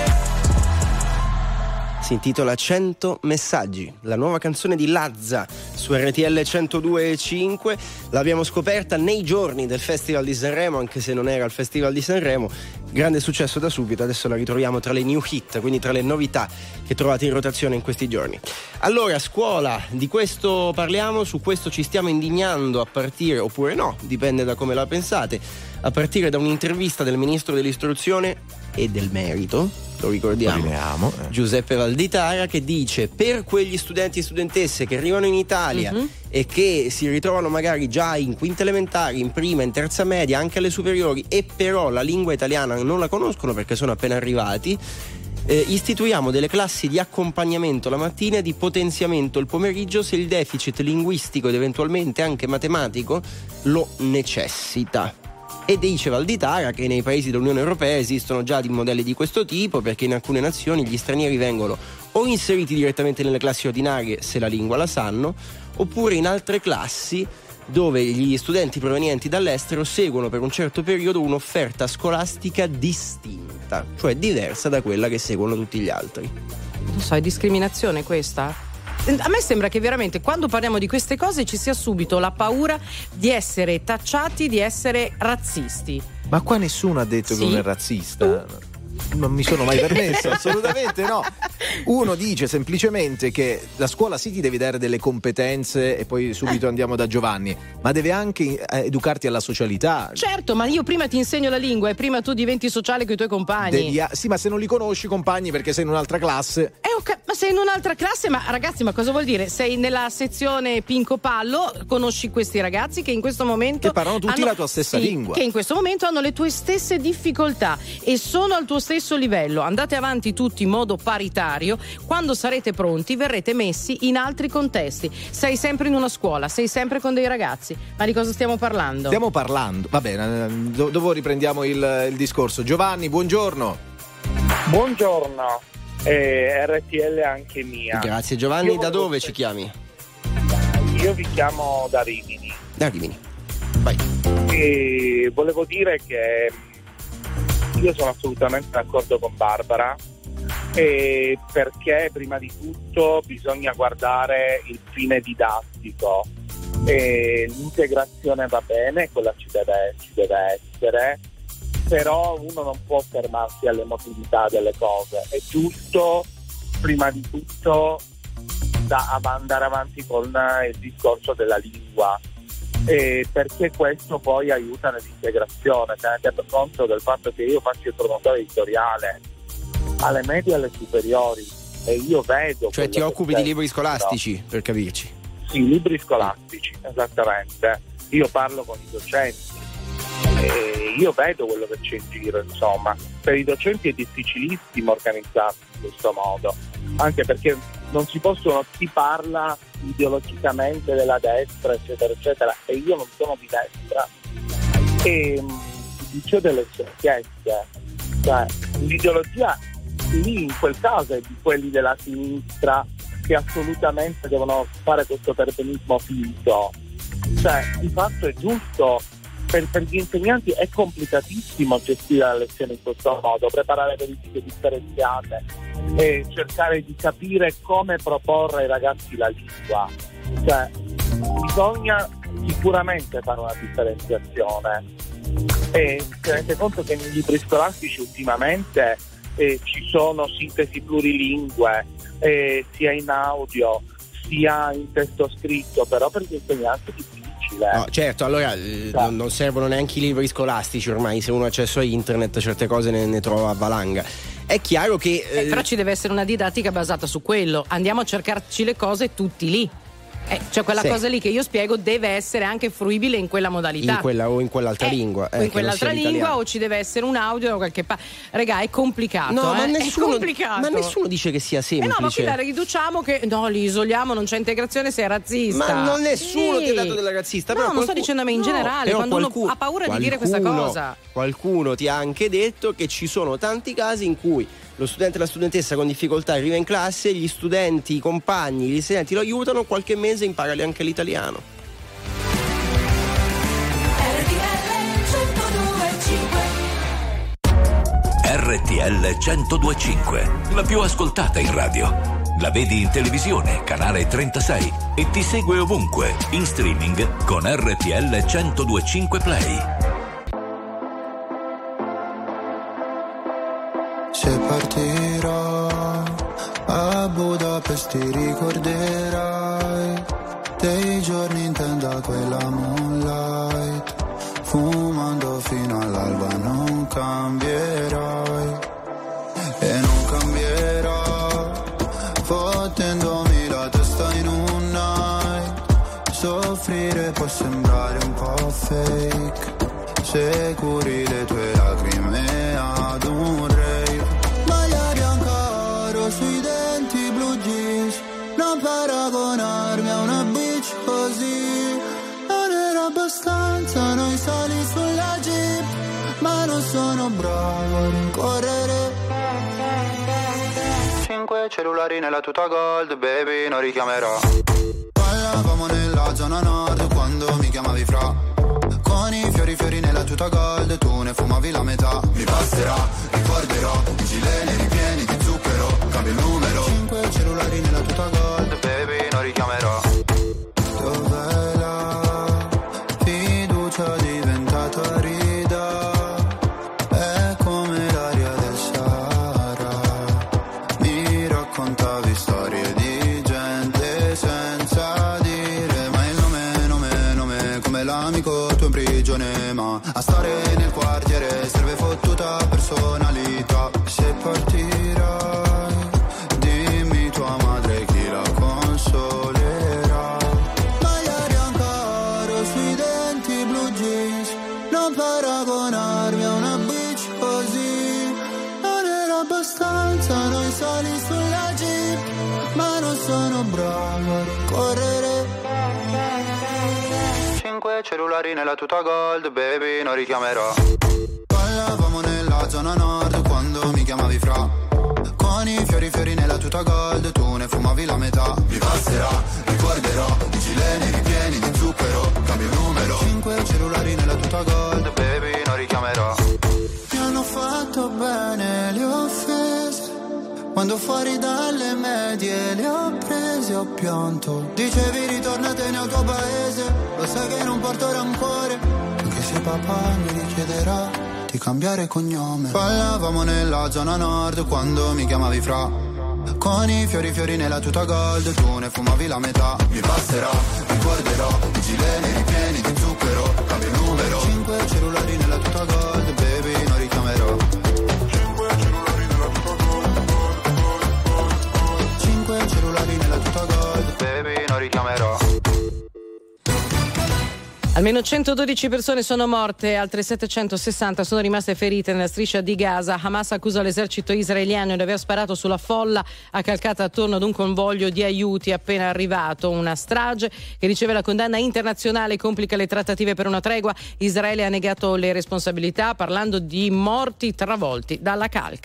Si intitola cento messaggi, la nuova canzone di Lazza su R T L centodue e cinque. L'abbiamo scoperta nei giorni del Festival di Sanremo, anche se non era il Festival di Sanremo. Grande successo da subito, adesso la ritroviamo tra le new hit, quindi tra le novità che trovate in rotazione in questi giorni. Allora, scuola, di questo parliamo, su questo ci stiamo indignando a partire, oppure no, dipende da come la pensate, a partire da un'intervista del Ministro dell'Istruzione e del Merito, lo ricordiamo, eh. Giuseppe Valditara, che dice: per quegli studenti e studentesse che arrivano in Italia mm-hmm. e che si ritrovano magari già in quinta elementari, in prima, in terza media, anche alle superiori, e però la lingua italiana non la conoscono perché sono appena arrivati, eh, istituiamo delle classi di accompagnamento la mattina e di potenziamento il pomeriggio se il deficit linguistico ed eventualmente anche matematico lo necessita. E dice Valditara che nei paesi dell'Unione Europea esistono già di modelli di questo tipo, perché in alcune nazioni gli stranieri vengono o inseriti direttamente nelle classi ordinarie se la lingua la sanno, oppure in altre classi dove gli studenti provenienti dall'estero seguono per un certo periodo un'offerta scolastica distinta, cioè diversa da quella che seguono tutti gli altri. Non so, è discriminazione questa? A me sembra che veramente quando parliamo di queste cose ci sia subito la paura di essere tacciati, di essere razzisti. Ma qua nessuno ha detto sì. che uno è razzista. Non mi sono mai permesso, assolutamente no. Uno dice semplicemente che la scuola sì ti deve dare delle competenze, e poi subito andiamo da Giovanni, ma deve anche educarti alla socialità. Certo, ma io prima ti insegno la lingua e prima tu diventi sociale con i tuoi compagni. Devi, sì, ma se non li conosci compagni perché sei in un'altra classe. Eh, okay, ma sei in un'altra classe, ma ragazzi, ma cosa vuol dire? Sei nella sezione Pinco Pallo, conosci questi ragazzi che in questo momento che parlano tutti hanno, la tua stessa sì, lingua, che in questo momento hanno le tue stesse difficoltà e sono al tuo stesso livello. Andate avanti tutti in modo paritario. Quando sarete pronti verrete messi in altri contesti. Sei sempre in una scuola, sei sempre con dei ragazzi. Ma di cosa stiamo parlando? Stiamo parlando, va bene, do- dopo riprendiamo il, il discorso. Giovanni, buongiorno. Buongiorno, eh, R T L anche mia. Grazie Giovanni. Io da dove volevo... ci chiami? Io vi chiamo da Rimini. Da Rimini, vai. E volevo dire che io sono assolutamente d'accordo con Barbara, eh, perché prima di tutto bisogna guardare il fine didattico. Eh, l'integrazione va bene, quella ci deve, ci deve essere, però uno non può fermarsi all'emotività delle cose. È giusto prima di tutto da andare avanti con il discorso della lingua, eh, perché questo poi aiuta nell'integrazione. Tenete conto del fatto che io faccio il promotore editoriale alle medie e alle superiori e io vedo, cioè ti occupi di libri scolastici, no? Per capirci. Sì, libri scolastici, esattamente. Io parlo con i docenti e io vedo quello che c'è in giro, insomma. Per i docenti è difficilissimo organizzarsi in questo modo, anche perché non si possono, si parla ideologicamente della destra, eccetera, eccetera, e io non sono di destra e c'ho delle sciocchezze. Cioè, l'ideologia lì in quel caso è di quelli della sinistra che assolutamente devono fare questo perbenismo finto. Cioè, di fatto è giusto, per, per gli insegnanti è complicatissimo gestire la lezione in questo modo, preparare verifiche differenziate e cercare di capire come proporre ai ragazzi la lingua. Cioè, bisogna sicuramente fare una differenziazione e tenete conto che nei libri scolastici ultimamente eh, ci sono sintesi plurilingue eh, sia in audio sia in testo scritto, però per gli insegnanti è difficile. No, certo, allora eh, non, non servono neanche i libri scolastici ormai, se uno ha accesso a internet certe cose ne, ne trova a valanga. È chiaro che eh, eh, però ci deve essere una didattica basata su quello, andiamo a cercarci le cose tutti lì. Eh, cioè quella sì. cosa lì che io spiego deve essere anche fruibile in quella modalità, in quella o in quell'altra eh, lingua eh, o in quell'altra lingua, o ci deve essere un audio da qualche parte. Regà, è complicato, no, eh? ma nessuno, è complicato. ma nessuno dice che sia semplice. Eh no, ma qui la riduciamo che no, li isoliamo, non c'è integrazione, sei razzista. Ma non nessuno sì. ti ha dato della razzista. No, però non qualcuno, sto dicendo a me in no, generale, quando qualcuno, uno ha paura qualcuno, di dire questa cosa. Qualcuno ti ha anche detto che ci sono tanti casi in cui lo studente e la studentessa con difficoltà arriva in classe, gli studenti, i compagni, gli insegnanti lo aiutano, qualche mese impara anche l'italiano. R T L centodue e cinque, la più ascoltata in radio. La vedi in televisione, canale trentasei, e ti segue ovunque, in streaming con R T L centodue e cinque Play. Se partirò a Budapest ti ricorderai dei giorni in tenda quella moonlight, fumando fino all'alba non cambierai e non cambierò, fottendomi la testa in un night. Soffrire può sembrare un po' fake se curi le tue lacrime ad un rave. Maglia bianca oro sui denti, blue jeans, non paragonarmi a una bitch così. Non era abbastanza noi sali sulla jeep, ma non sono bravo a rincorrere. Cinque cellulari nella tuta gold, baby, non richiamerò. Parlavamo nella zona nord quando mi chiamavi fra. Con i fiori fiori nella tuta gold, tu ne fumavi la metà. Mi passerà, ricorderò, i gileni ripieni di zucchero, cambio il numero. Cinque cellulari nella tuta gold, baby, non richiamerò. Dov'è la fiducia diventata rida? È come l'aria del Sahara. Mi raccontavi storie di gente senza dire mai il nome, nome, nome, come l'amico tuo in prigione, ma a stare nel quartiere serve fottuta personalità. Se partirai, dimmi tua madre chi la consolerà. Maglia bianca oro sui denti, blue jeans, non paragonarmi a una bitch così. Non era abbastanza noi sali sulla jeep, ma non sono bravo a correre. Cinque cellulari nella tuta gold, baby, non richiamerò. Parlavamo nella zona nord quando mi chiamavi fra. Con i fiori fiori nella tuta gold, tu ne fumavi la metà. Mi passerà, ricorderò, i gileni ripieni di zucchero, cambio il numero. Cinque cellulari nella tuta gold, baby, non richiamerò. Mi hanno fatto bene le offese, quando fuori dalle medie le ho prese, ho pianto. Dicevi ritornatene al tuo paese, lo sai che non porto rancore, anche se papà mi richiederà di cambiare cognome. Parlavamo nella zona nord quando mi chiamavi fra. Con i fiori fiori nella tuta gold, tu ne fumavi la metà. Mi passerà, ricorderò, i gileni ripieni di zucchero, cambio il numero. Cinque cellulari nella tuta gold, baby, non richiamerò. Cellulari nella tuta gold, baby, non richiamerò. Almeno centododici persone sono morte, altre settecentosessanta sono rimaste ferite nella striscia di Gaza. Hamas accusa l'esercito israeliano di aver sparato sulla folla accalcata attorno ad un convoglio di aiuti appena arrivato. Una strage che riceve la condanna internazionale, complica le trattative per una tregua. Israele ha negato le responsabilità parlando di morti travolti dalla calca.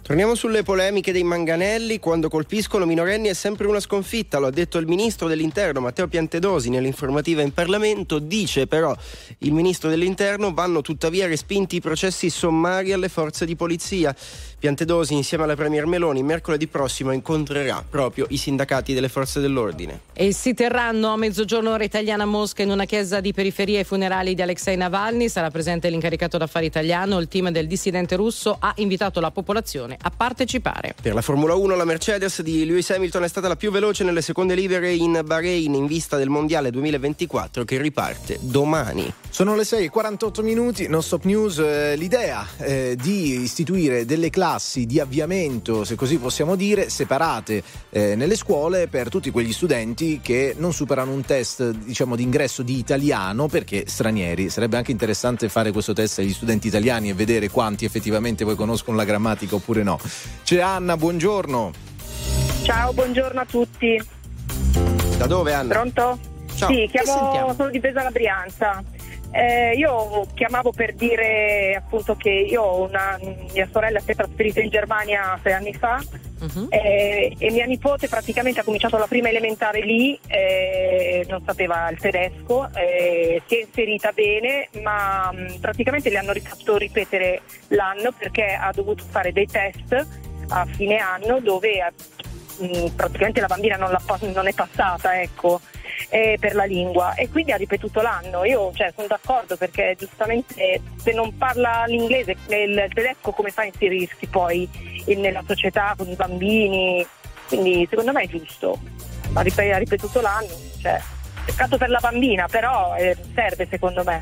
Torniamo sulle polemiche dei manganelli. Quando colpiscono minorenni è sempre una sconfitta, lo ha detto il ministro dell'Interno Matteo Piantedosi nell'informativa in Parlamento. Dice però il ministro dell'Interno: vanno tuttavia respinti i processi sommari alle forze di polizia. Piantedosi insieme alla Premier Meloni mercoledì prossimo incontrerà proprio i sindacati delle forze dell'ordine. E si terranno a mezzogiorno ora italiana a Mosca in una chiesa di periferia i funerali di Alexei Navalny. Sarà presente l'incaricato d'affari italiano. Il team del dissidente russo ha invitato la popolazione a partecipare. Per la Formula uno la Mercedes di Lewis Hamilton è stata la più veloce nelle seconde libere in Bahrain in vista del Mondiale duemilaventiquattro che riparte domani. Sono le sei e quarantotto minuti, non stop news. Eh, l'idea eh, di istituire delle classi di avviamento, se così possiamo dire, separate eh, nelle scuole per tutti quegli studenti che non superano un test, diciamo, di ingresso di italiano perché stranieri. Sarebbe anche interessante fare questo test agli studenti italiani e vedere quanti effettivamente poi conoscono la grammatica oppure no. C'è Anna, buongiorno. Ciao, buongiorno a tutti. Da dove, Anna? Pronto? Ciao. Sì, chiamo, sono di Pesaro Brianza. Eh, io chiamavo per dire appunto che io ho una mia sorella si è trasferita in Germania sei anni fa uh-huh. eh, e mia nipote praticamente ha cominciato la prima elementare lì, eh, non sapeva il tedesco, eh, si è inserita bene, ma mh, praticamente le hanno fatto ripetere l'anno perché ha dovuto fare dei test a fine anno dove mh, praticamente la bambina non, l'ha, non è passata, ecco. Eh, per la lingua, e quindi ha ripetuto l'anno. Io cioè, sono d'accordo perché giustamente se non parla l'inglese, il tedesco come fa a inserirsi poi in, nella società con i bambini? Quindi secondo me è giusto. Ha, rip- ha ripetuto l'anno, cioè, peccato per la bambina, però eh, serve secondo me.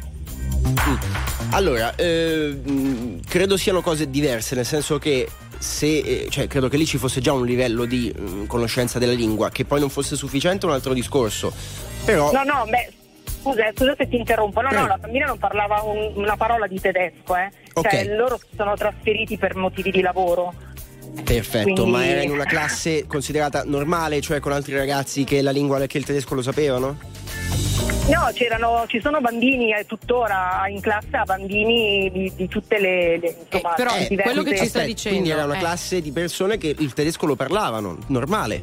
Allora, eh, credo siano cose diverse, nel senso che se, cioè, credo che lì ci fosse già un livello di mh, conoscenza della lingua, che poi non fosse sufficiente è un altro discorso. Però no no beh scusa, scusa se ti interrompo. No, no, la bambina non parlava un, una parola di tedesco, eh. Okay. Cioè loro si sono trasferiti per motivi di lavoro. Perfetto. Quindi... ma era in una classe considerata normale, cioè con altri ragazzi che la lingua, che il tedesco lo sapevano? No, c'erano, ci sono bambini eh, tuttora in classe, a bambini di, di tutte le, le insomma, eh, però eh, quello che ci sta aspetta, dicendo quindi era una eh. classe di persone che il tedesco lo parlavano, normale.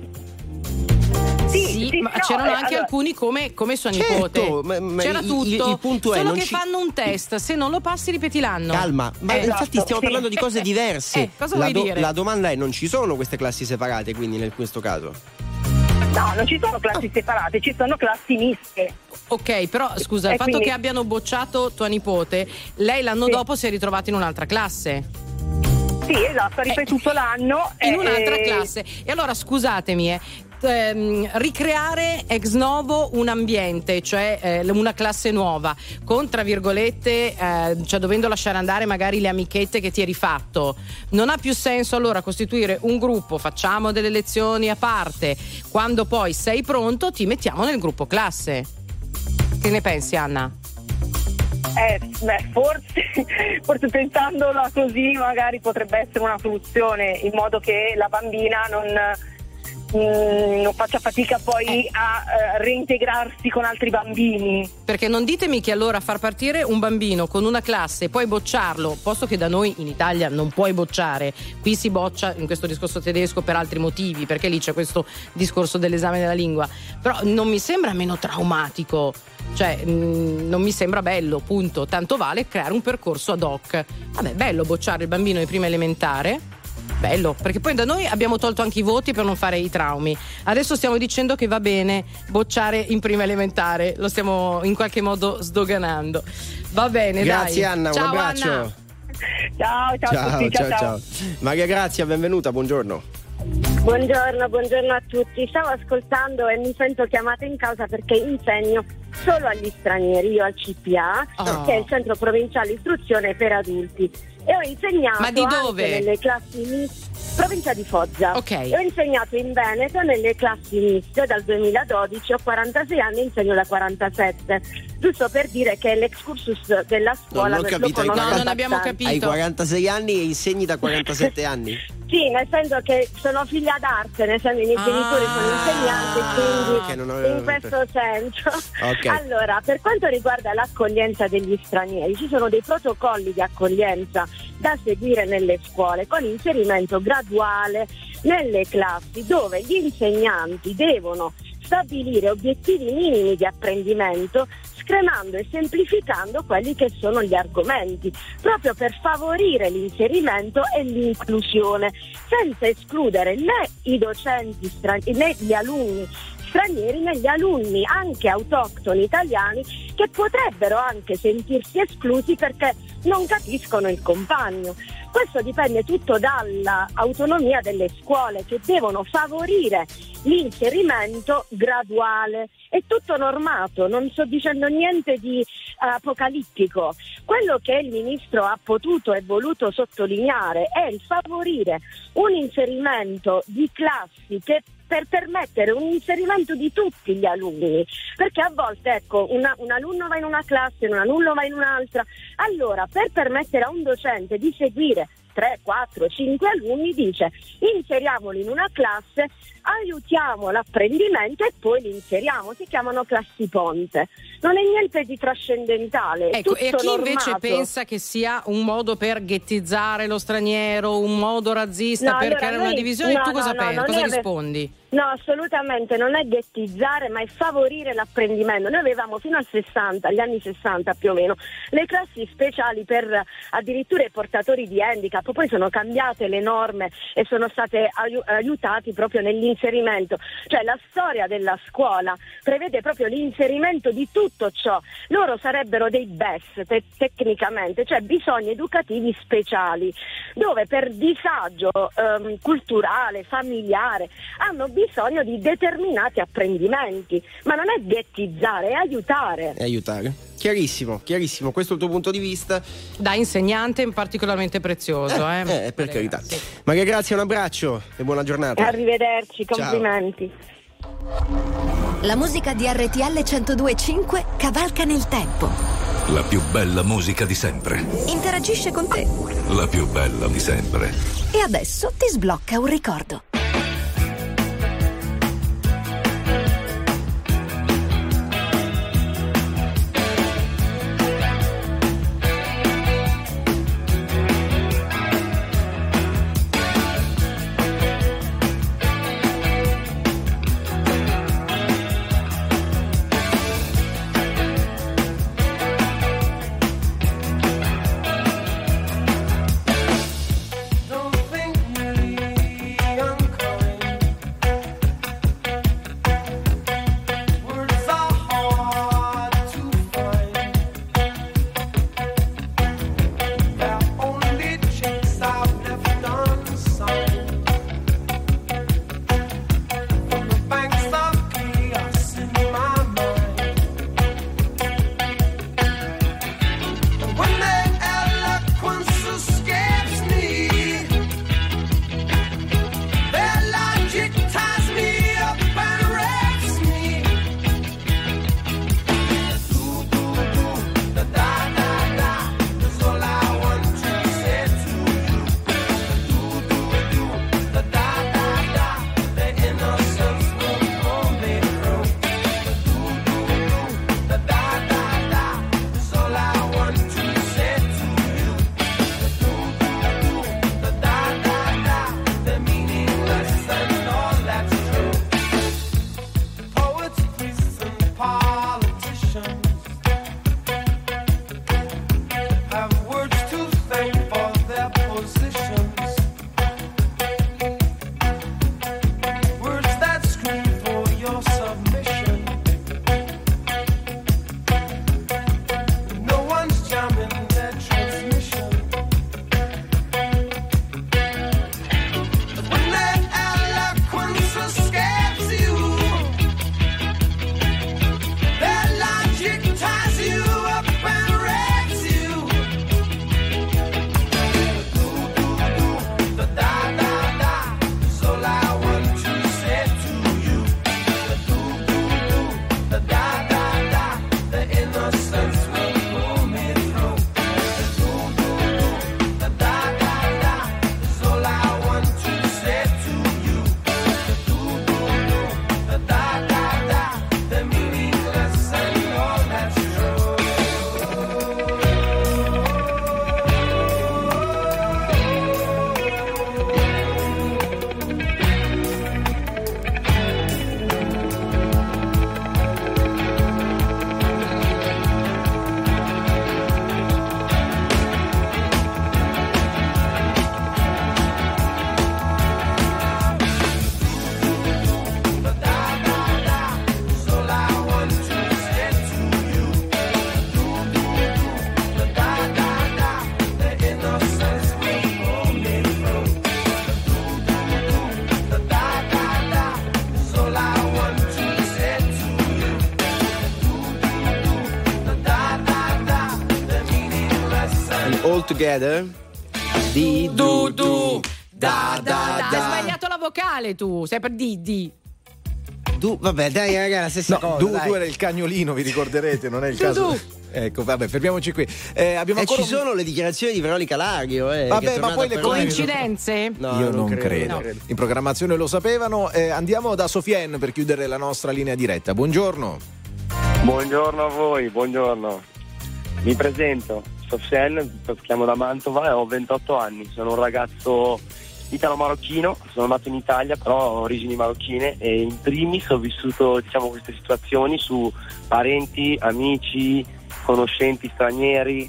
Sì, sì, sì, ma no, c'erano eh, anche allora... alcuni come, come sua certo, nipote. Ma, ma c'era il, tutto. Il, il punto solo è non che ci... fanno un test, se non lo passi ripeti l'anno. Calma, ma eh, infatti stiamo sì. parlando di cose diverse. Eh, cosa la, vuoi do, dire? la domanda è: non ci sono queste classi separate, quindi in questo caso? No, non ci sono classi separate, ci sono classi miste. Ok, però scusa, il e fatto quindi... che abbiano bocciato tua nipote, lei l'anno sì. dopo si è ritrovata in un'altra classe. Sì, esatto, ha ripetuto eh, l'anno in e... un'altra classe. E allora scusatemi, eh, ehm, ricreare ex novo un ambiente, cioè eh, una classe nuova, con tra virgolette, eh, cioè dovendo lasciare andare magari le amichette che ti eri fatto, non ha più senso allora costituire un gruppo, facciamo delle lezioni a parte, quando poi sei pronto ti mettiamo nel gruppo classe. Che ne pensi, Anna? Eh, beh, forse, forse pensandola così magari potrebbe essere una soluzione, in modo che la bambina non, mh, non faccia fatica poi a uh, reintegrarsi con altri bambini. Perché non ditemi che allora far partire un bambino con una classe e poi bocciarlo, posto che da noi in Italia non puoi bocciare, qui si boccia in questo discorso tedesco per altri motivi, perché lì c'è questo discorso dell'esame della lingua, però non mi sembra meno traumatico. Cioè mh, non mi sembra bello, punto. Tanto vale creare un percorso ad hoc. Vabbè, bello bocciare il bambino in prima elementare, bello, perché poi da noi abbiamo tolto anche i voti per non fare i traumi. Adesso stiamo dicendo che va bene bocciare in prima elementare, lo stiamo in qualche modo sdoganando. Va bene, grazie, dai. Anna, ciao, un abbraccio. Anna. Ciao, ciao, ciao, a tutti, ciao, ciao, ciao. ciao. Maria Grazia, benvenuta, buongiorno. Buongiorno, buongiorno a tutti. Stavo ascoltando e mi sento chiamata in causa perché insegno solo agli stranieri, io al C P A, oh. che è il Centro Provinciale Istruzione per Adulti, e ho insegnato Ma di dove? anche nelle classi miste, provincia di Foggia. Okay. E ho insegnato in Veneto nelle classi miste dal duemiladodici, ho quarantasei anni e insegno da quarantasette. giusto per dire che l'excursus della scuola non, capito, lo no, non abbiamo capito. Hai quarantasei anni e insegni da quarantasette anni? Sì, nel senso che sono figlia d'arte, nel senso che i miei Ah. genitori sono insegnanti, quindi Che non avevo in questo senso. Ok. Allora, per quanto riguarda l'accoglienza degli stranieri, ci sono dei protocolli di accoglienza da seguire nelle scuole con inserimento graduale nelle classi, dove gli insegnanti devono stabilire obiettivi minimi di apprendimento, scremando e semplificando quelli che sono gli argomenti, proprio per favorire l'inserimento e l'inclusione, senza escludere né i docenti stranieri né gli alunni stranieri né gli alunni anche autoctoni italiani, che potrebbero anche sentirsi esclusi perché non capiscono il compagno. Questo dipende tutto dall'autonomia delle scuole, che devono favorire l'inserimento graduale. È tutto normato, non sto dicendo niente di uh, apocalittico. Quello che il ministro ha potuto e voluto sottolineare è il favorire un inserimento di classi che per permettere un inserimento di tutti gli alunni, perché a volte ecco una, un alunno va in una classe, un alunno va in un'altra. Allora, per permettere a un docente di seguire tre, quattro, cinque alunni, dice inseriamoli in una classe, aiutiamo l'apprendimento e poi li inseriamo. Si chiamano classi ponte. Non è niente di trascendentale. È ecco, tutto e a chi normato. invece pensa che sia un modo per ghettizzare lo straniero, un modo razzista No, per allora creare noi- una divisione, no, tu cosa no, pensi? no, Cosa noi ave- rispondi? No, assolutamente non è ghettizzare, ma è favorire l'apprendimento. Noi avevamo fino al sessanta, agli anni sessanta più o meno, le classi speciali per addirittura i portatori di handicap, poi sono cambiate le norme e sono state aiu- aiutati proprio nell'inserimento. Cioè la storia della scuola prevede proprio l'inserimento di tutto ciò. Loro sarebbero dei B E S te- tecnicamente, cioè bisogni educativi speciali, dove per disagio ehm, culturale, familiare, hanno bisogno di determinati apprendimenti, ma non è ghettizzare, è aiutare. E aiutare. Chiarissimo, chiarissimo. Questo è il tuo punto di vista. Da insegnante particolarmente prezioso. Eh, Eh, per carità. Maria Grazia, un abbraccio e buona giornata. Arrivederci, complimenti. La musica di R T L centodue e cinque cavalca nel tempo. La più bella musica di sempre. Interagisce con te. La più bella di sempre. E adesso ti sblocca un ricordo. Don't think me All Together di Du Du da da da. Hai sbagliato la vocale tu, sei per di di. Du, vabbè, dai, ragazzi, la stessa no, cosa. Du, dai. Du era il cagnolino, vi ricorderete, non è il Du, caso. Du. Ecco, vabbè, fermiamoci qui. Eh, abbiamo e ancora ci sono le dichiarazioni di Veronica Lario. Eh, vabbè, ma poi le coincidenze? No, io non, non credo, credo. non credo. In programmazione lo sapevano. Eh, andiamo da Sofiane per chiudere la nostra linea diretta. Buongiorno. Buongiorno a voi, buongiorno. Mi presento, Sofiane, chiamo da Mantova e ho ventotto anni. Sono un ragazzo italo-marocchino, sono nato in Italia, però ho origini marocchine e in primis ho vissuto, diciamo, queste situazioni su parenti, amici, conoscenti stranieri.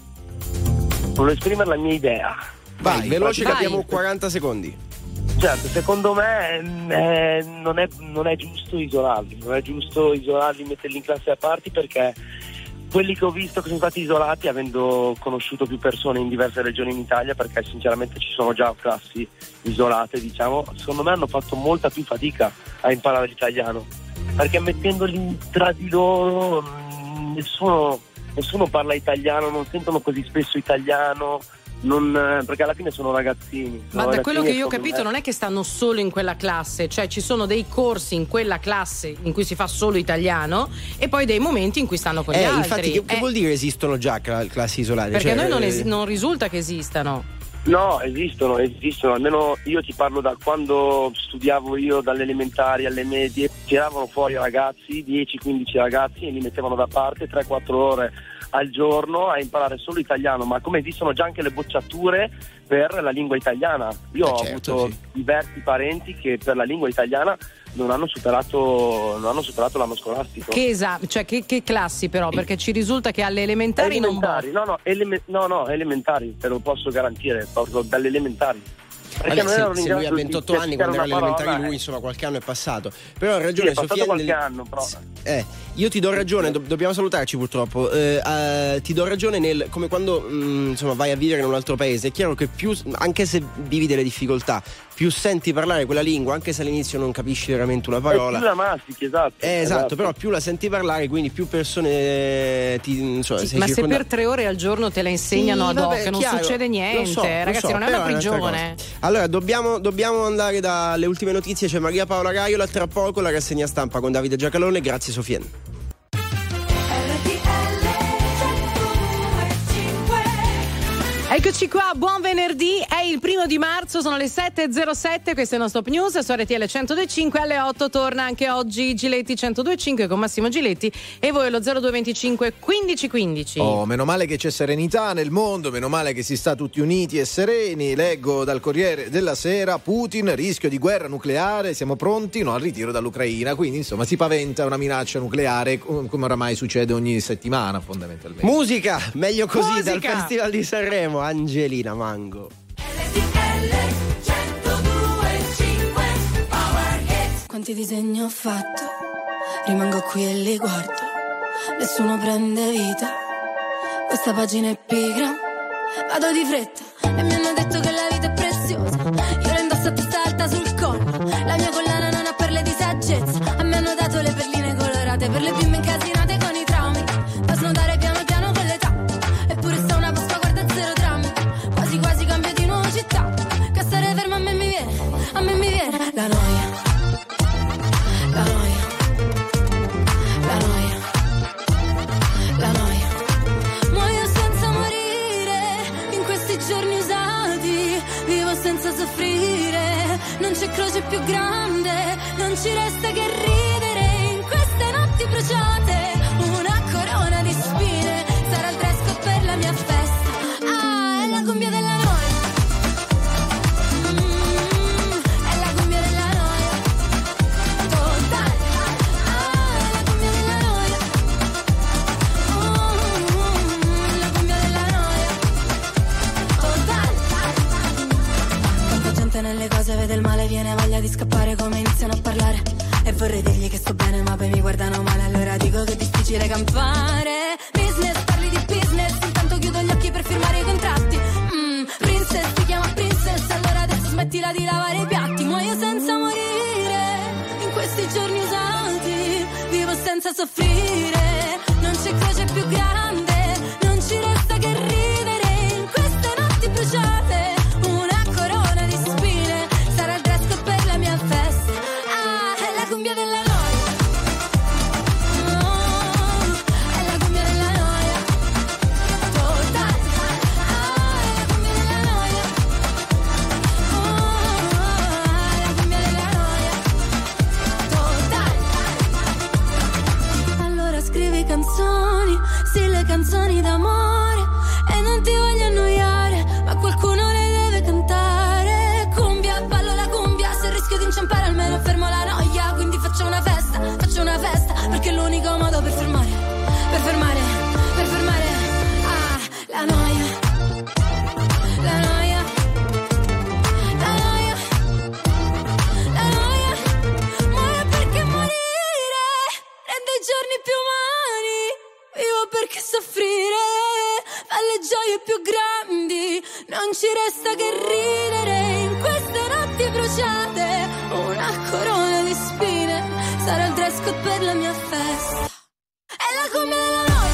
Volevo esprimere la mia idea. Vai, vai veloce che vai. abbiamo quaranta secondi. Certo, secondo me eh, non, è, non è giusto isolarli, non è giusto isolarli, metterli in classi a parte, perché quelli che ho visto che sono stati isolati, avendo conosciuto più persone in diverse regioni in Italia, perché sinceramente ci sono già classi isolate, diciamo, secondo me hanno fatto molta più fatica a imparare l'italiano, perché mettendoli tra di loro mh, nessuno, nessuno parla italiano, non sentono così spesso italiano. Non, perché alla fine sono ragazzini. Sono Ma da quello che io ho ragazzini, capito non è che stanno solo in quella classe, cioè ci sono dei corsi in quella classe in cui si fa solo italiano e poi dei momenti in cui stanno con gli eh, altri. Infatti, che, che eh, vuol dire esistono già cl- classi isolate? Perché cioè, a noi non, eh, es- non risulta che esistano. No, esistono, esistono, almeno io ti parlo da quando studiavo io, dalle elementari alle medie, tiravano fuori ragazzi, dieci quindici ragazzi, e li mettevano da parte tre quattro ore al giorno a imparare solo italiano, ma come esistono già anche le bocciature per la lingua italiana. Io eh ho certo, avuto sì. diversi parenti che per la lingua italiana non hanno superato, non hanno superato l'anno scolastico. Che esami, cioè che, che classi però? Perché ci risulta che alle elementari, elementari non no, no, eleme- no, no, elementari, te lo posso garantire, proprio dalle elementari. Vabbè, non se, erano in se grado lui ha di ventotto anni, quando era alle parola, elementari, lui eh. insomma qualche anno è passato. Però ha ragione, Sì, è passato Sofia. qualche nel- anno, però. Eh, io ti do ragione, do- dobbiamo salutarci purtroppo. Eh, eh, ti do ragione nel come quando mh, insomma vai a vivere in un altro paese. È chiaro che più, anche se vivi delle difficoltà, più senti parlare quella lingua, anche se all'inizio non capisci veramente una parola. E più la mastichi, esatto. Eh, esatto, esatto, però più la senti parlare, quindi più persone ti insomma, Sì, sei ma circonda- se per tre ore al giorno te la insegnano Sì, ad hoc, vabbè, non chiaro, succede lo niente, so, lo ragazzi, so, non è però una un'altra prigione. cosa. Allora dobbiamo, dobbiamo andare dalle ultime notizie. C'è Maria Paola Gaiola, tra poco la rassegna stampa con Davide Giacalone. Grazie Sofiane. Eccoci qua, buon venerdì, è il primo di marzo, sono le sette e zero sette, questo è il nostro News su R T L centodue e cinque, alle otto torna anche oggi Giletti centodue e cinque con Massimo Giletti e voi lo zero due venticinque quindici quindici. Oh, meno male che c'è serenità nel mondo, meno male che si sta tutti uniti e sereni. Leggo dal Corriere della Sera: Putin, rischio di guerra nucleare, siamo pronti no, al ritiro dall'Ucraina. Quindi insomma si paventa una minaccia nucleare come oramai succede ogni settimana fondamentalmente. Musica, meglio così. Musica. Dal Festival di Sanremo, Angelina Mango. Quanti disegni ho fatto, rimango qui e li guardo, nessuno prende vita, questa pagina è pigra, vado di fretta e mi hanno detto che la vita è preziosa, io la indosso a testa alta sul collo, la mia collana non ha perle di saggezza, a me hanno dato le perline colorate per le bimbe incasinate con i traumi, da snodare piano piano con l'età, eppure sta una Pasqua guarda zero drammi, quasi quasi cambio di nuovo città, che stare fermo a me mi viene, a me mi viene la noia. La noia, la noia, la noia. Muoio senza morire, in questi giorni usati, vivo senza soffrire, non c'è croce più grande, non ci resta che ridere, in queste notti bruciate, una corona di spine, sarà il dress code per la mia festa, ah, è la cumbia della noia. Nelle cose vede il male, viene voglia di scappare come iniziano a parlare e vorrei dirgli che sto bene ma poi mi guardano male, allora dico che è difficile campare. Business, parli di business, intanto chiudo gli occhi per firmare i contratti. mm, Princess, ti chiama princess, allora adesso smettila di lavare i piatti. Muoio senza morire, in questi giorni usati, vivo senza soffrire, non c'è croce più grande, non ci resta che ridere, in queste notti sì le canzoni d'amore e non ti voglio annoiare, ma qualcuno le deve cantare. Cumbia, ballo la cumbia, se rischio di inciampare almeno fermo la noia. Quindi faccio una festa, faccio una festa, perché è l'unico modo per fermare, per fermare, per fermare ah, la noia. La noia, la noia, la noia, muore perché morire rende i giorni più umani, vivo perché soffrire fa le gioie più grandi, non ci resta che ridere in queste notti bruciate, una corona di spine sarà il dress code per la mia festa, è la cumbia della noia.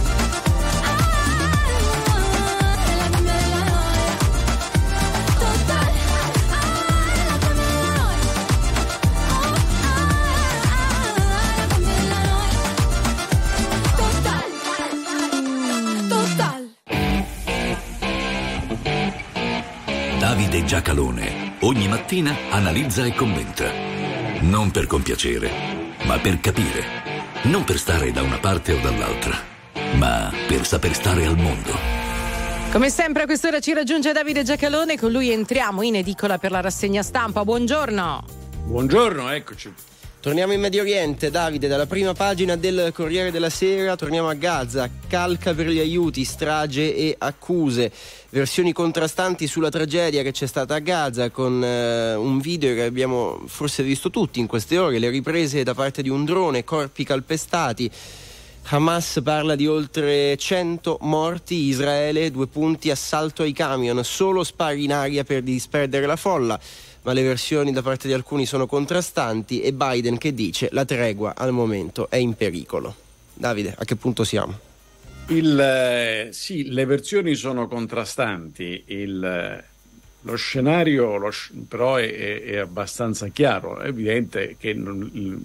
Davide Giacalone ogni mattina analizza e commenta. Non per compiacere, ma per capire. Non per stare da una parte o dall'altra, ma per saper stare al mondo. Come sempre a quest'ora ci raggiunge Davide Giacalone, con lui entriamo in edicola per la rassegna stampa. Buongiorno. Buongiorno, eccoci. Torniamo in Medio Oriente, Davide, dalla prima pagina del Corriere della Sera, torniamo a Gaza, calca per gli aiuti, strage e accuse, versioni contrastanti sulla tragedia che c'è stata a Gaza, con eh, un video che abbiamo forse visto tutti in queste ore, le riprese da parte di un drone, corpi calpestati. Hamas parla di oltre cento morti, Israele, due punti, assalto ai camion, solo spari in aria per disperdere la folla. Ma le versioni da parte di alcuni sono contrastanti e Biden che dice la tregua al momento è in pericolo. Davide, a che punto siamo? Il, eh, sì, le versioni sono contrastanti, il, lo scenario lo, però è, è, è abbastanza chiaro, è evidente che non, il,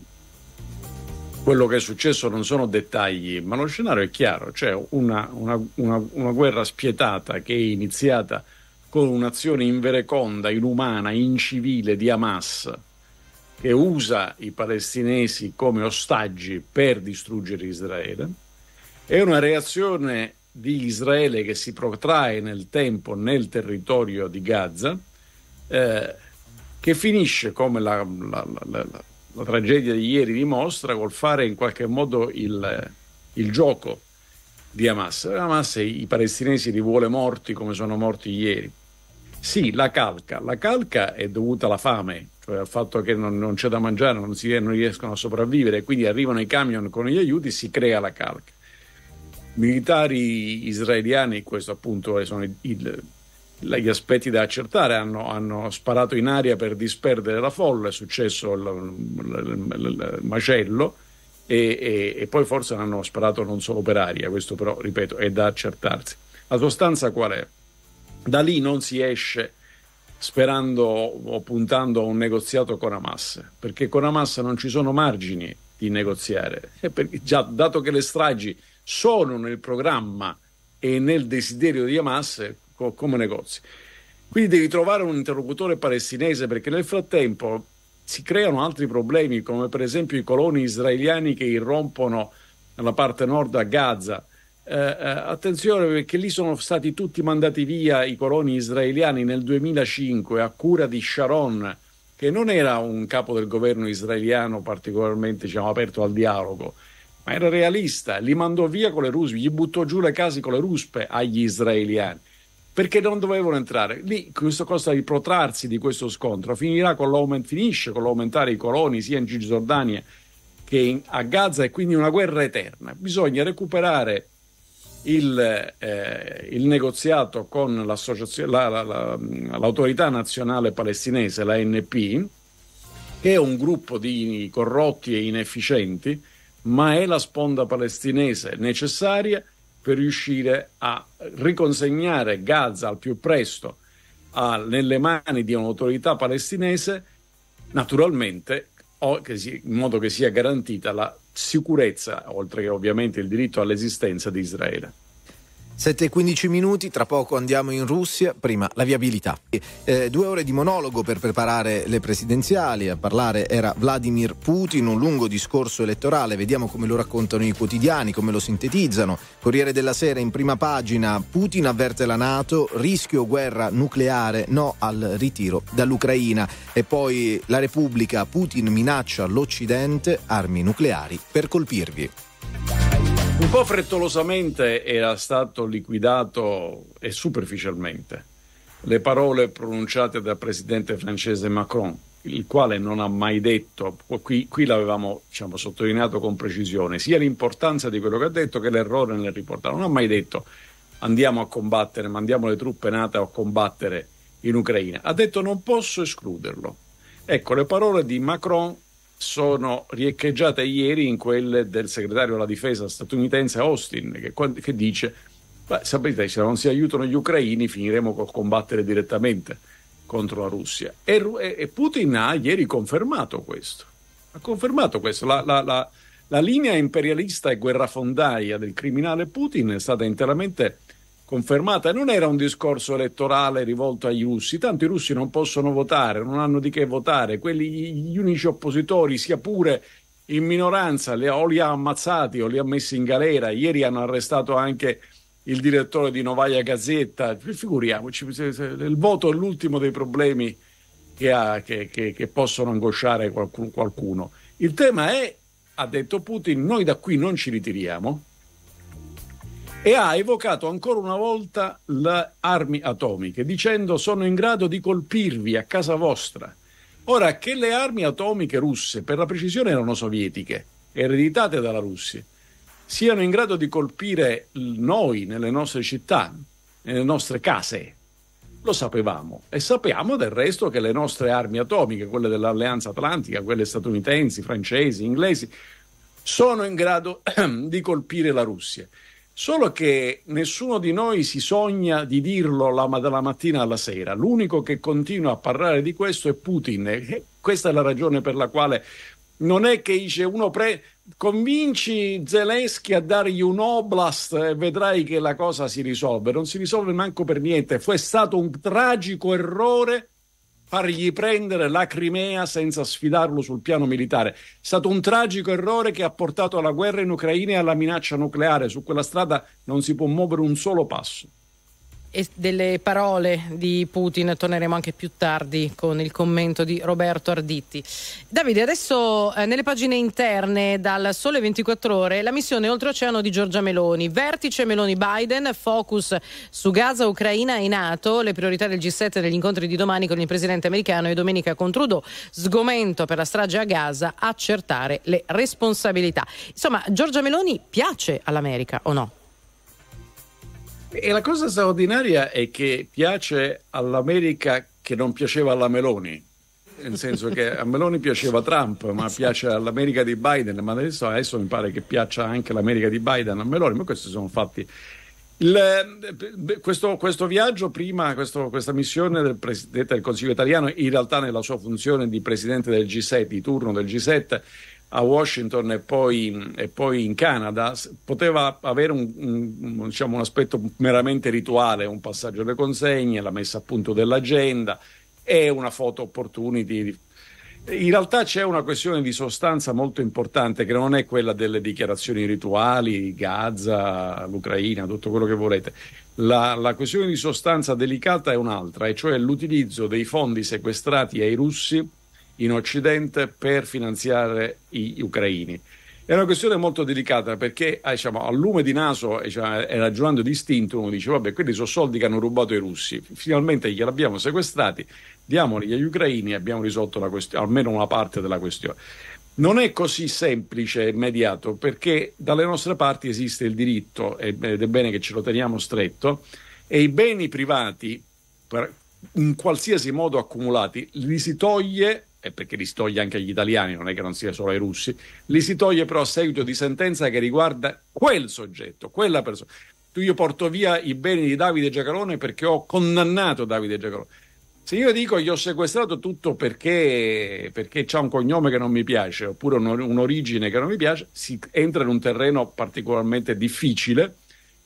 quello che è successo non sono dettagli, ma lo scenario è chiaro, c'è una, una, una, una guerra spietata che è iniziata con un'azione invereconda, inumana, incivile di Hamas, che usa i palestinesi come ostaggi per distruggere Israele. È una reazione di Israele che si protrae nel tempo nel territorio di Gaza, eh, che finisce, come la, la, la, la, la tragedia di ieri dimostra, col fare in qualche modo il, il gioco di Hamas. Hamas i palestinesi li vuole morti come sono morti ieri. Sì, la calca. La calca è dovuta alla fame, cioè al fatto che non, non c'è da mangiare, non, si, non riescono a sopravvivere, quindi arrivano i camion con gli aiuti, si crea la calca. Militari israeliani, questo appunto sono il, il, gli aspetti da accertare, hanno, hanno sparato in aria per disperdere la folla, è successo il, il, il, il macello, e, e, e poi forse hanno sparato non solo per aria, questo però, ripeto, è da accertarsi. La sostanza qual è? Da lì non si esce sperando o puntando a un negoziato con Hamas, perché con Hamas non ci sono margini di negoziare, e perché già dato che le stragi sono nel programma e nel desiderio di Hamas, co- come negozi. Quindi devi trovare un interlocutore palestinese, perché nel frattempo si creano altri problemi, come per esempio i coloni israeliani che irrompono nella parte nord a Gaza. Eh, eh, attenzione, perché lì sono stati tutti mandati via i coloni israeliani nel duemilacinque a cura di Sharon, che non era un capo del governo israeliano particolarmente, diciamo, aperto al dialogo, ma era realista, li mandò via con le ruspe, gli buttò giù le case con le ruspe agli israeliani, perché non dovevano entrare. Lì questo costa di protrarsi di questo scontro, finirà con l'aumento, finisce con l'aumentare i coloni sia in Cisgiordania che in, a Gaza, e quindi una guerra eterna. Bisogna recuperare Il, eh, il negoziato con l'associazione, la, la, la, l'autorità nazionale palestinese, la A N P, che è un gruppo di corrotti e inefficienti, ma è la sponda palestinese necessaria per riuscire a riconsegnare Gaza al più presto a, nelle mani di un'autorità palestinese, naturalmente o che si, in modo che sia garantita la sicurezza, oltre che ovviamente il diritto all'esistenza di Israele. sette e quindici minuti, tra poco andiamo in Russia, prima la viabilità. Eh, due ore di monologo per preparare le presidenziali, a parlare era Vladimir Putin, un lungo discorso elettorale, vediamo come lo raccontano i quotidiani, come lo sintetizzano. Corriere della Sera in prima pagina, Putin avverte la NATO, rischio guerra nucleare, no al ritiro dall'Ucraina. E poi la Repubblica, Putin minaccia l'Occidente, armi nucleari per colpirvi. Un po' frettolosamente era stato liquidato e superficialmente le parole pronunciate dal presidente francese Macron, il quale non ha mai detto, qui, qui l'avevamo diciamo, sottolineato con precisione, sia l'importanza di quello che ha detto che l'errore nel riportare. Non ha mai detto andiamo a combattere, mandiamo le truppe NATO a combattere in Ucraina. Ha detto non posso escluderlo. Ecco, le parole di Macron sono riecheggiate ieri in quelle del segretario della difesa statunitense Austin, che, che dice beh, sapete, se non si aiutano gli ucraini finiremo col combattere direttamente contro la Russia. E, e Putin ha ieri confermato questo. Ha confermato questo. La, la, la, la linea imperialista e guerrafondaia del criminale Putin è stata interamente confermata. Non era un discorso elettorale rivolto agli russi, tanto i russi non possono votare, non hanno di che votare, quelli gli unici oppositori, sia pure in minoranza, li, o li ha ammazzati o li ha messi in galera. Ieri hanno arrestato anche il direttore di Novaya Gazeta. Figuriamoci, il voto è l'ultimo dei problemi che, ha, che, che, che possono angosciare qualcuno. Il tema è, ha detto Putin, noi da qui non ci ritiriamo, e ha evocato ancora una volta le armi atomiche, dicendo sono in grado di colpirvi a casa vostra. Ora, che le armi atomiche russe, per la precisione erano sovietiche, ereditate dalla Russia, siano in grado di colpire noi nelle nostre città, nelle nostre case, lo sapevamo. E sappiamo del resto che le nostre armi atomiche, quelle dell'Alleanza Atlantica, quelle statunitensi, francesi, inglesi, sono in grado di colpire la Russia. Solo che nessuno di noi si sogna di dirlo la, dalla mattina alla sera. L'unico che continua a parlare di questo è Putin. E questa è la ragione per la quale non è che dice uno pre- convinci Zelensky a dargli un oblast e vedrai che la cosa si risolve. Non si risolve manco per niente. Fu stato un tragico errore fargli prendere la Crimea senza sfidarlo sul piano militare. È stato un tragico errore che ha portato alla guerra in Ucraina e alla minaccia nucleare. Su quella strada non si può muovere un solo passo. E delle parole di Putin torneremo anche più tardi con il commento di Roberto Arditti. Davide, adesso eh, nelle pagine interne dal Sole ventiquattro Ore la missione oltreoceano di Giorgia Meloni, vertice Meloni-Biden, focus su Gaza, Ucraina e NATO, le priorità del G sette negli incontri di domani con il presidente americano e domenica con Trudeau, sgomento per la strage a Gaza, accertare le responsabilità. Insomma, Giorgia Meloni piace all'America o no? E la cosa straordinaria è che piace all'America che non piaceva alla Meloni, nel senso che a Meloni piaceva Trump, ma piace all'America di Biden, ma adesso, adesso mi pare che piaccia anche l'America di Biden a Meloni, ma questi sono fatti. Il, questo, questo viaggio prima, questo, questa missione del Presidente del Consiglio italiano, in realtà nella sua funzione di Presidente del G sette, di turno del G sette, a Washington e poi, e poi in Canada, poteva avere un, un, diciamo, un aspetto meramente rituale, un passaggio alle consegne, la messa a punto dell'agenda e una photo opportunity. In realtà c'è una questione di sostanza molto importante che non è quella delle dichiarazioni rituali, Gaza, l'Ucraina, tutto quello che volete. La, la questione di sostanza delicata è un'altra, e cioè l'utilizzo dei fondi sequestrati ai russi in Occidente per finanziare gli ucraini. È una questione molto delicata perché diciamo, al lume di naso diciamo, e ragionando distinto uno dice vabbè, quelli sono soldi che hanno rubato i russi, finalmente glieli abbiamo sequestrati, diamoli agli ucraini e abbiamo risolto la questione, almeno una parte della questione. Non è così semplice e immediato, perché dalle nostre parti esiste il diritto ed è bene che ce lo teniamo stretto, e i beni privati in qualsiasi modo accumulati li si toglie, e perché li si toglie anche agli italiani, non è che non sia solo ai russi, li si toglie però a seguito di sentenza che riguarda quel soggetto, quella persona. Tu io porto via i beni di Davide Giacalone perché ho condannato Davide Giacalone. Se io dico gli ho sequestrato tutto perché, perché c'ha un cognome che non mi piace oppure un, un'origine che non mi piace, si entra in un terreno particolarmente difficile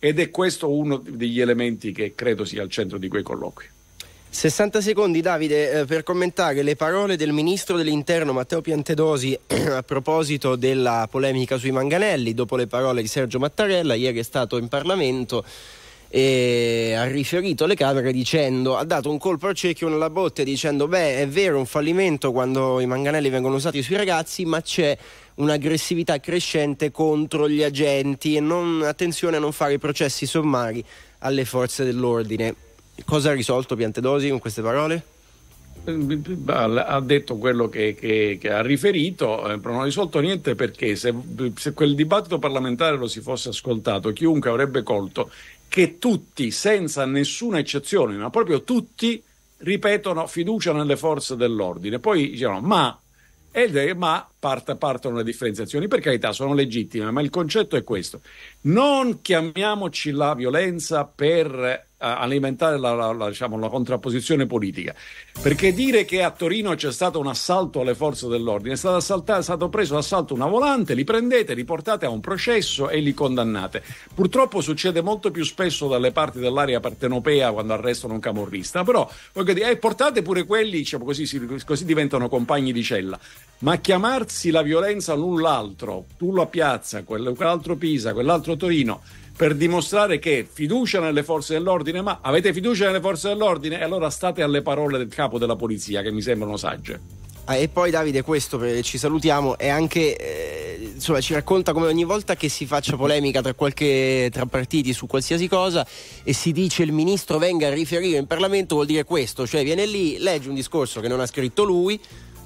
ed è questo uno degli elementi che credo sia al centro di quei colloqui. sessanta secondi Davide eh, per commentare le parole del ministro dell'interno Matteo Piantedosi a proposito della polemica sui manganelli, dopo le parole di Sergio Mattarella. Ieri è stato in Parlamento e ha riferito alle Camere dicendo, ha dato un colpo al cerchio nella botte dicendo beh, è vero, un fallimento quando i manganelli vengono usati sui ragazzi, ma c'è un'aggressività crescente contro gli agenti e non, attenzione a non fare processi sommari alle forze dell'ordine. Cosa ha risolto Piantedosi con queste parole? Ha detto quello che, che, che ha riferito, eh, non ha risolto niente, perché se, se quel dibattito parlamentare lo si fosse ascoltato, chiunque avrebbe colto che tutti, senza nessuna eccezione, ma proprio tutti, ripetono fiducia nelle forze dell'ordine. Poi dicevano ma, e, ma part, partono le differenziazioni, per carità sono legittime, ma il concetto è questo: non chiamiamoci la violenza per alimentare la, la, la, diciamo, la contrapposizione politica, perché dire che a Torino c'è stato un assalto alle forze dell'ordine, è stato, assaltato, è stato preso d'assalto una volante, li prendete, li portate a un processo e li condannate. Purtroppo succede molto più spesso dalle parti dell'area partenopea quando arrestano un camorrista, però voglio dire, eh, portate pure quelli, diciamo così, così diventano compagni di cella. Ma chiamarsi la violenza l'un l'altro, tu la piazza, quell'altro Pisa, quell'altro Torino, per dimostrare che fiducia nelle forze dell'ordine, ma avete fiducia nelle forze dell'ordine? E allora state alle parole del capo della polizia, che mi sembrano sagge. Ah, e poi Davide, questo per, ci salutiamo, è anche eh, insomma ci racconta come ogni volta che si faccia polemica tra qualche tra partiti su qualsiasi cosa e si dice il ministro venga a riferire in Parlamento, vuol dire questo, cioè viene lì, legge un discorso che non ha scritto lui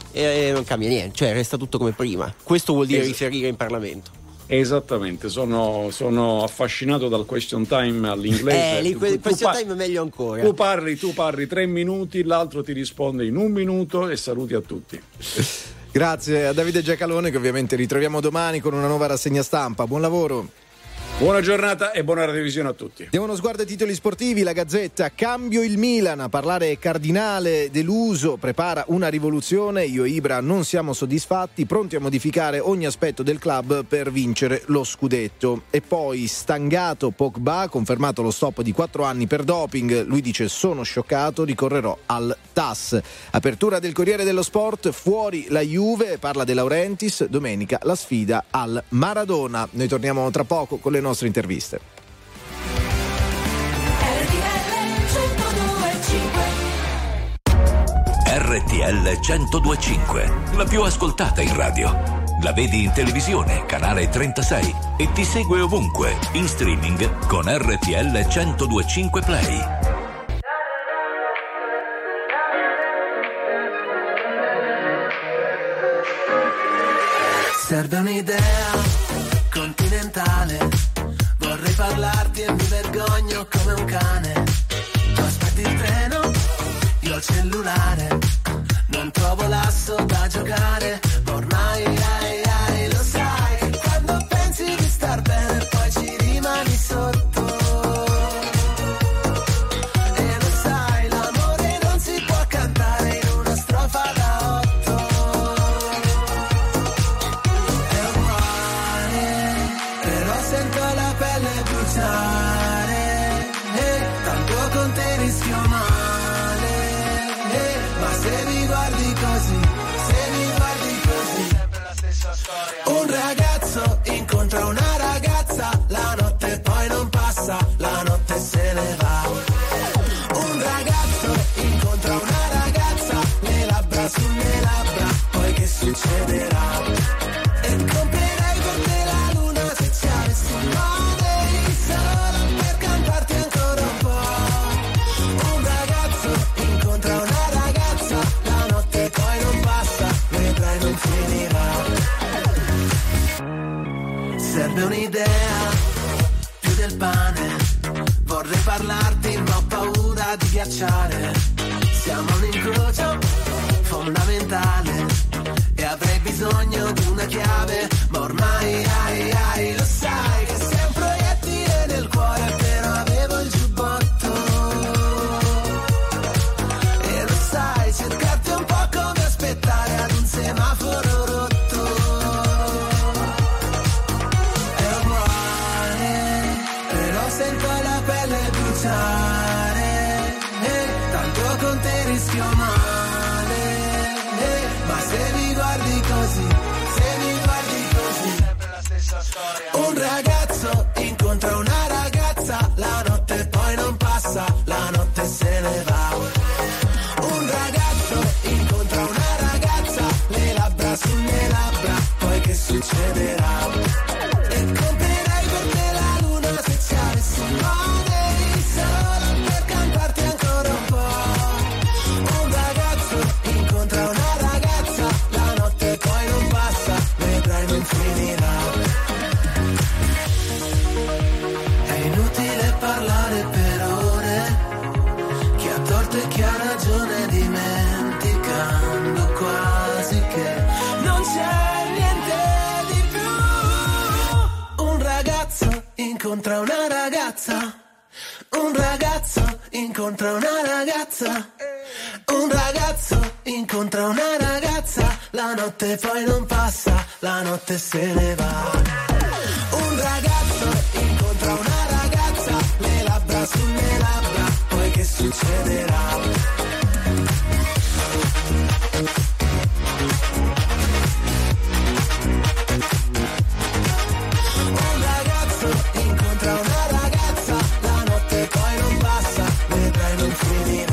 e non cambia niente, cioè resta tutto come prima. Questo vuol dire esatto. Riferire in Parlamento. Esattamente, sono, sono affascinato dal question time all'inglese. Eh, il tu, question tu time è meglio ancora. Tu parli, tu parli tre minuti, l'altro ti risponde in un minuto e saluti a tutti. Grazie a Davide Giacalone, che ovviamente ritroviamo domani con una nuova rassegna stampa. Buon lavoro. Buona giornata e buona revisione a tutti. Diamo uno sguardo ai titoli sportivi. La Gazzetta: cambio il Milan, a parlare Cardinale Deluso, prepara una rivoluzione, io e Ibra non siamo soddisfatti, pronti a modificare ogni aspetto del club per vincere lo scudetto. E poi stangato Pogba, confermato lo stop di quattro anni per doping, lui dice sono scioccato, ricorrerò al T A S. Apertura del Corriere dello Sport, fuori la Juve, parla De Laurentiis, domenica la sfida al Maradona. Noi torniamo tra poco con le nostre interviste. R T L centodue e cinque, la più ascoltata in radio. La vedi in televisione, canale trentasei, e ti segue ovunque, in streaming con R T L centodue e cinque Play. Serve un'idea continentale, vorrei parlarti e mi vergogno come un cane. Tu aspetti il treno, io il cellulare, non trovo l'asso da giocare, ma ormai ai, ai, lo sai che quando pensi di star bene poi ci rimani sotto. E lo sai, l'amore non si può cantare in una strofa da otto. È uguale, però sento la pelle bruciare, e tanto con te rischio male, e, ma se mi guardi così, se mi guardi così, sempre la stessa storia. Un ragazzo incontra una ragazza, la notte poi non passa, la notte se ne va. Un ragazzo incontra una ragazza, le labbra sulle labbra, poi che succederà? E comprerei per te la luna se ci avessi male, solo per cantarti ancora un po'. Un ragazzo incontra una ragazza, la notte poi non passa, vedrai non finirà. Serve un'idea, più del pane, vorrei parlarti ma ho paura di ghiacciare. Siamo un incrocio fondamentale e avrei bisogno di una chiave, ma ormai ai ai lo sai che sei un proiettile nel cuore, però avevo il giubbotto. E lo sai, cercarti un po' come aspettare ad un semaforo rotto. È uguale, però se sento la pelle bruciare, eh, tanto con te rischio male, eh, ma se mi guardi così, se mi guardi così, sempre la stessa storia. Un ragazzo incontra una ragazza, la notte poi non passa, la notte se ne va. Un ragazzo incontra una ragazza, le labbra sulle labbra, poi che succederà? E comprerei per te la luna se ci avessi money, solo per cantarti ancora un po'. Un ragazzo incontra una ragazza, la notte poi non passa, vedrai non finirà. È inutile parlare per ore, chi ha torto e chi ha ragione, dimenticando quasi che non c'è niente di più. Un ragazzo incontra una ragazza, un ragazzo incontra una ragazza, un ragazzo incontra una ragazza, la notte poi non passa, la notte se ne va. Un ragazzo incontra una ragazza, le labbra sulle labbra, poi che succederà? Un ragazzo incontra una ragazza, la notte poi non passa, vedrai non finirà.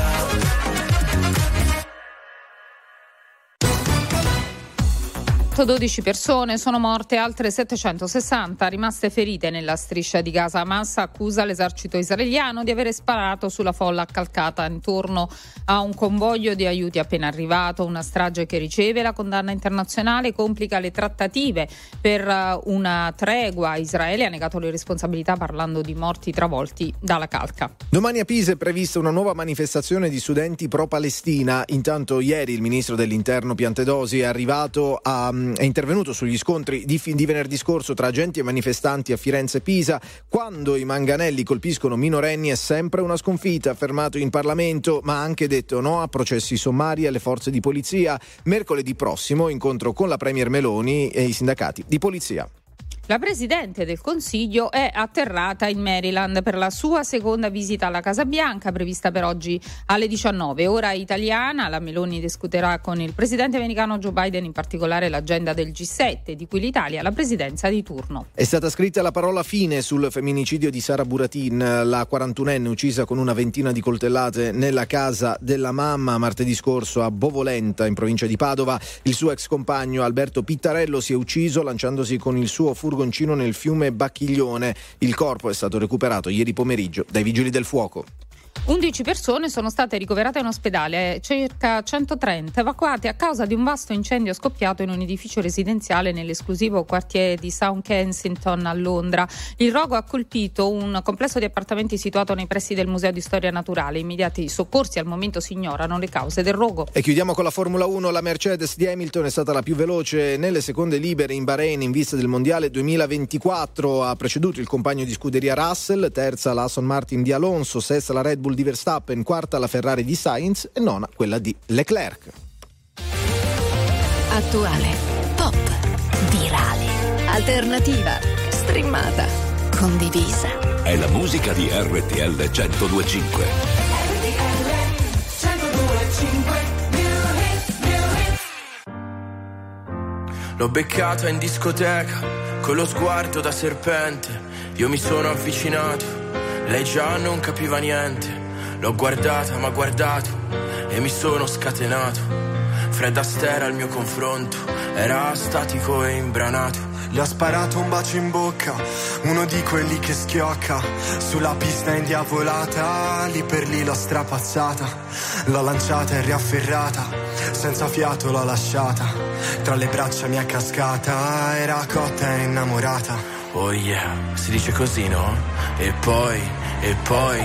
dodici persone sono morte, altre settecentosessanta rimaste ferite nella striscia di Gaza. Hamas accusa l'esercito israeliano di avere sparato sulla folla accalcata intorno a un convoglio di aiuti appena arrivato. Una strage che riceve la condanna internazionale, complica le trattative per una tregua. Israele ha negato le responsabilità parlando di morti travolti dalla calca. Domani a Pisa è prevista una nuova manifestazione di studenti pro-Palestina. Intanto ieri il ministro dell'Interno Piantedosi è arrivato a è intervenuto sugli scontri di, di venerdì scorso tra agenti e manifestanti a Firenze e Pisa. Quando i manganelli colpiscono minorenni è sempre una sconfitta, affermato in Parlamento, ma ha anche detto no a processi sommari alle forze di polizia. Mercoledì prossimo incontro con la Premier Meloni e i sindacati di polizia. La Presidente del Consiglio è atterrata in Maryland per la sua seconda visita alla Casa Bianca, prevista per oggi alle diciannove. Ora italiana, la Meloni discuterà con il Presidente americano Joe Biden in particolare l'agenda del G sette, di cui l'Italia ha la presidenza di turno. È stata scritta la parola fine sul femminicidio di Sara Buratin, la quarantunenne uccisa con una ventina di coltellate nella casa della mamma martedì scorso a Bovolenta, in provincia di Padova. Il suo ex compagno Alberto Pittarello si è ucciso lanciandosi con il suo furgoncino nel fiume Bacchiglione. Il corpo è stato recuperato ieri pomeriggio dai vigili del fuoco. undici persone sono state ricoverate in ospedale, circa centotrenta evacuate a causa di un vasto incendio scoppiato in un edificio residenziale nell'esclusivo quartiere di South Kensington a Londra. Il rogo ha colpito un complesso di appartamenti situato nei pressi del Museo di Storia Naturale. Immediati soccorsi, al momento si ignorano le cause del rogo. E chiudiamo con la Formula uno. La Mercedes di Hamilton è stata la più veloce nelle seconde libere in Bahrain in vista del Mondiale duemilaventiquattro. Ha preceduto il compagno di scuderia Russell, terza la Aston Martin di Alonso, sesta la Red Bull di Verstappen, quarta la Ferrari di Sainz e nona quella di Leclerc. Attuale, pop, virale, alternativa, streamata, condivisa. È la musica di R T L centodue e cinque. R T L centodue e cinque. L'ho beccata in discoteca con lo sguardo da serpente. Io mi sono avvicinato, lei già non capiva niente. L'ho guardata, m'ha guardato e mi sono scatenato. Fred Astaire al mio confronto era statico e imbranato. Le ho sparato un bacio in bocca, uno di quelli che schiocca. Sulla pista indiavolata, lì per lì l'ho strapazzata. L'ho lanciata e riafferrata, senza fiato l'ho lasciata. Tra le braccia mi è cascata, era cotta e innamorata. Oh yeah, si dice così, no? E poi, e poi...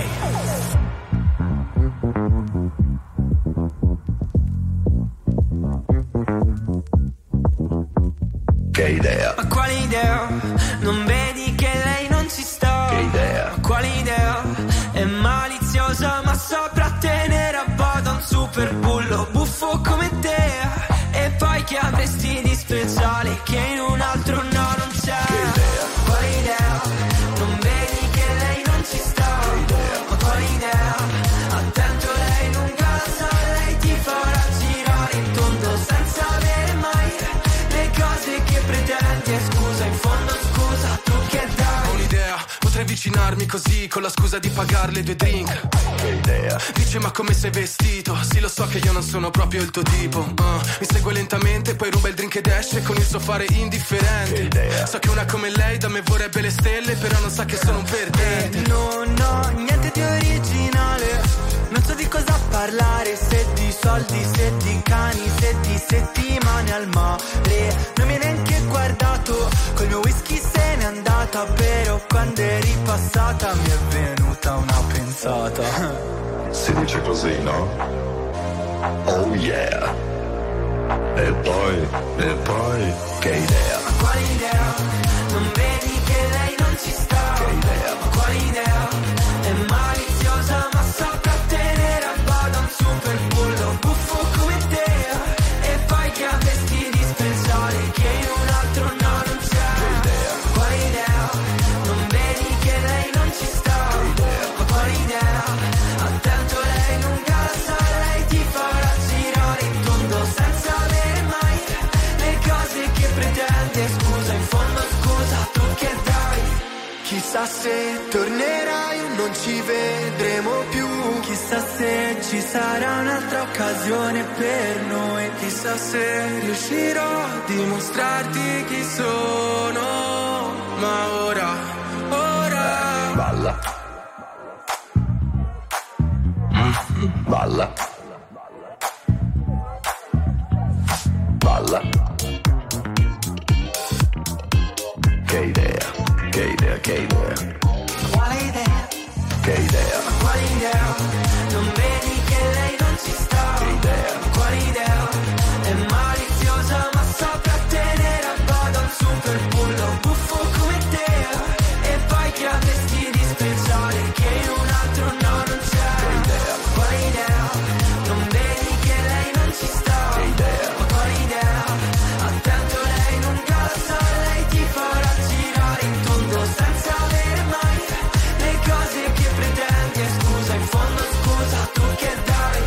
Che idea? Ma quale idea? Non vedi che lei non ci sta? Che idea? Ma quale idea? È maliziosa ma saprà tenere a bada un super bullo buffo come te. E poi che avresti di speciale che in un altro no non c'è? Che idea? Quale idea? Non vedi che lei non ci sta? avvicinarmi così con la scusa di pagarle due drink. Che idea. Dice ma come sei vestito? Sì, lo so che io non sono proprio il tuo tipo. uh, Mi segue lentamente, poi ruba il drink ed esce con il suo fare indifferente. Che idea. So che una come lei da me vorrebbe le stelle, però non sa che sono un perdente. eh, Non ho niente di originale, non so di cosa parlare, se di soldi, se di cani, se di settimane al mare. Non mi hai neanche guardato, col mio whisky se n'è andata, però quando eri passata mi è venuta una pensata. Si dice così, no? Oh yeah. E poi, e poi, che idea? Ma quale idea? Non vedi che lei non ci sta? Che idea? Ma quale idea? È maliziosa ma saprà tenere a bada un super bullo buffo come te. E poi che avresti di speciale che in un altro no non c'è. Che idea? Ma quale idea? Non vedi che lei non ci sta? Che idea? Ma quale idea? Attento lei lunga la sa, lei ti farà girare in tondo senza avere mai le cose che pretendi. Scusa, in fondo scusa, tu che dai? Chissà se tornerai o non ci vedremo più. Chissà se ci sarà un'altra occasione per noi. Chissà se riuscirò a dimostrarti chi sono. Ma ora, ora Balla. Balla. Balla. Che idea, che idea, che idea. quale idea? Che idea. Ma quale idea? Non vedi che lei non ci sta? Che idea. Ma quale idea? È maliziosa ma saprà tenere a bada un super bullo buffo come te. E poi che avresti di speciale che in un altro no non c'è. Che idea. Ma quale idea? Non vedi che lei non ci sta? Che idea. Ma quale idea? Attento lei non casa, lei ti farà girare in tondo senza avere mai le cose che pretendi. E scusa, in fondo scusa, tu che dai?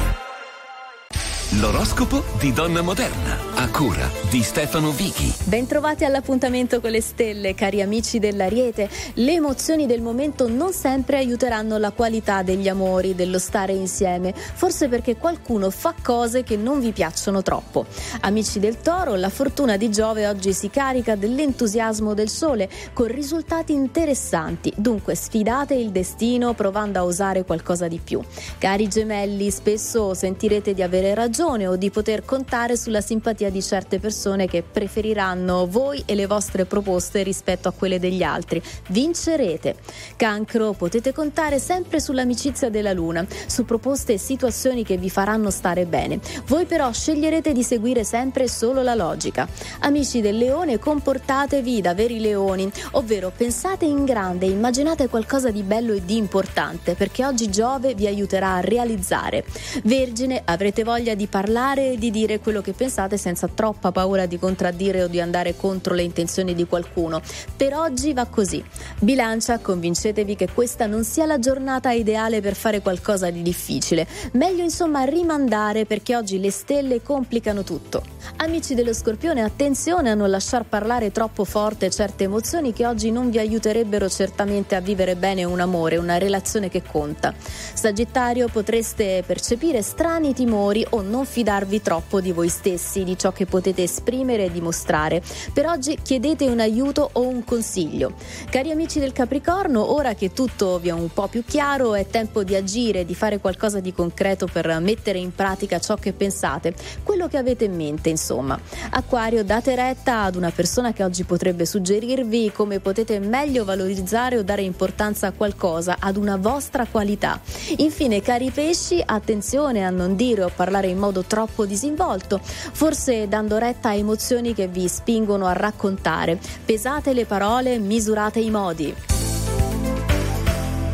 L'oroscopo di Donna Moderna, a cura di Stefano Vichi. Bentrovati all'appuntamento con le stelle, cari amici dell'Ariete. Le emozioni del momento non sempre aiuteranno la qualità degli amori, dello stare insieme, forse perché qualcuno fa cose che non vi piacciono troppo. Amici del Toro, la fortuna di Giove oggi si carica dell'entusiasmo del Sole, con risultati interessanti, dunque sfidate il destino provando a osare qualcosa di più. Cari Gemelli, spesso sentirete di avere ragione o di poter contare sulla simpatia di certe persone che preferiranno voi e le vostre proposte rispetto a quelle degli altri. Vincerete. Cancro, potete contare sempre sull'amicizia della Luna, su proposte e situazioni che vi faranno stare bene. Voi però sceglierete di seguire sempre solo la logica. Amici del Leone, comportatevi da veri leoni, ovvero pensate in grande, immaginate qualcosa di bello e di importante, perché oggi Giove vi aiuterà a realizzare. Vergine, avrete voglia di parlare e di dire quello che pensate senza troppa paura di contraddire o di andare contro le intenzioni di qualcuno. Per oggi va così. Bilancia, convincetevi che questa non sia la giornata ideale per fare qualcosa di difficile. Meglio insomma rimandare, perché oggi le stelle complicano tutto. Amici dello Scorpione, attenzione a non lasciar parlare troppo forte certe emozioni che oggi non vi aiuterebbero certamente a vivere bene un amore, una relazione che conta. Sagittario, potreste percepire strani timori o non fidarvi troppo di voi stessi, di ciò che potete esprimere e dimostrare. Per oggi chiedete un aiuto o un consiglio. Cari amici del Capricorno, ora che tutto vi è un po' più chiaro, è tempo di agire, di fare qualcosa di concreto per mettere in pratica ciò che pensate, quello che avete in mente, insomma. Acquario, date retta ad una persona che oggi potrebbe suggerirvi come potete meglio valorizzare o dare importanza a qualcosa, ad una vostra qualità. Infine, cari pesci, attenzione a non dire o parlare in modo troppo disinvolto, forse dando retta a emozioni che vi spingono a raccontare. Pesate le parole, misurate i modi.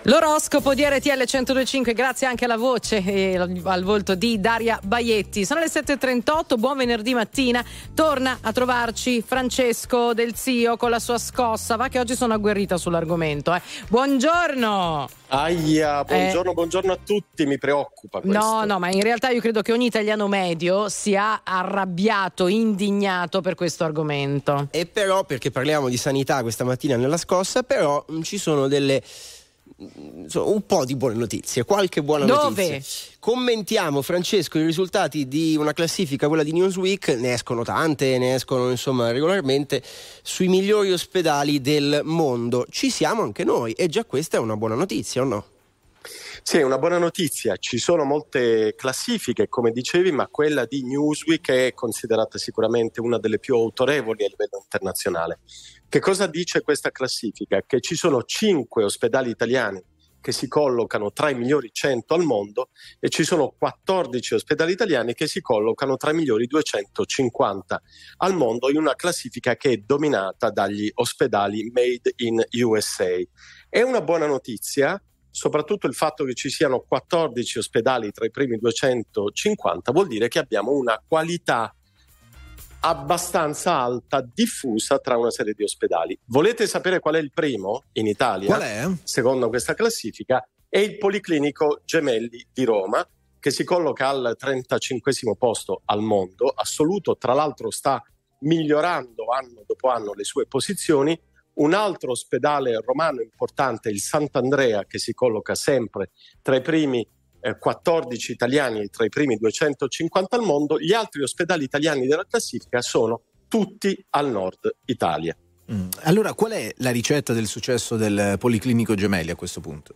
L'oroscopo di R T L centodue e cinque, grazie anche alla voce e al volto di Daria Baietti. Sono le sette e trentotto, buon venerdì mattina. Torna a trovarci Francesco Del Zio con la sua scossa. Va che oggi sono agguerrita sull'argomento. Eh. Buongiorno! Aia, buongiorno, eh, buongiorno a tutti, mi preoccupa questo. No, no, ma in realtà io credo che ogni italiano medio sia arrabbiato, indignato per questo argomento. E però, perché parliamo di sanità questa mattina nella scossa, però mh, ci sono delle... un po' di buone notizie, qualche buona Dove? notizia. Commentiamo, Francesco, i risultati di una classifica, quella di Newsweek, ne escono tante, ne escono insomma regolarmente, sui migliori ospedali del mondo. Ci siamo anche noi e già questa è una buona notizia, o no? Sì, è una buona notizia, ci sono molte classifiche come dicevi, ma quella di Newsweek è considerata sicuramente una delle più autorevoli a livello internazionale. Che cosa dice questa classifica? Che ci sono cinque ospedali italiani che si collocano tra i migliori cento al mondo e ci sono quattordici ospedali italiani che si collocano tra i migliori duecentocinquanta al mondo, in una classifica che è dominata dagli ospedali made in U S A. È una buona notizia, soprattutto il fatto che ci siano quattordici ospedali tra i primi duecentocinquanta vuol dire che abbiamo una qualità abbastanza alta, diffusa tra una serie di ospedali. Volete sapere qual è il primo in Italia? Qual è? Secondo questa classifica è il Policlinico Gemelli di Roma, che si colloca al trentacinquesimo posto al mondo assoluto, tra l'altro sta migliorando anno dopo anno le sue posizioni. Un altro ospedale romano importante è il Sant'Andrea, che si colloca sempre tra i primi eh, quattordici italiani, tra i primi duecentocinquanta al mondo. Gli altri ospedali italiani della classifica sono tutti al nord Italia. Mm. Allora, qual è la ricetta del successo del Policlinico Gemelli a questo punto?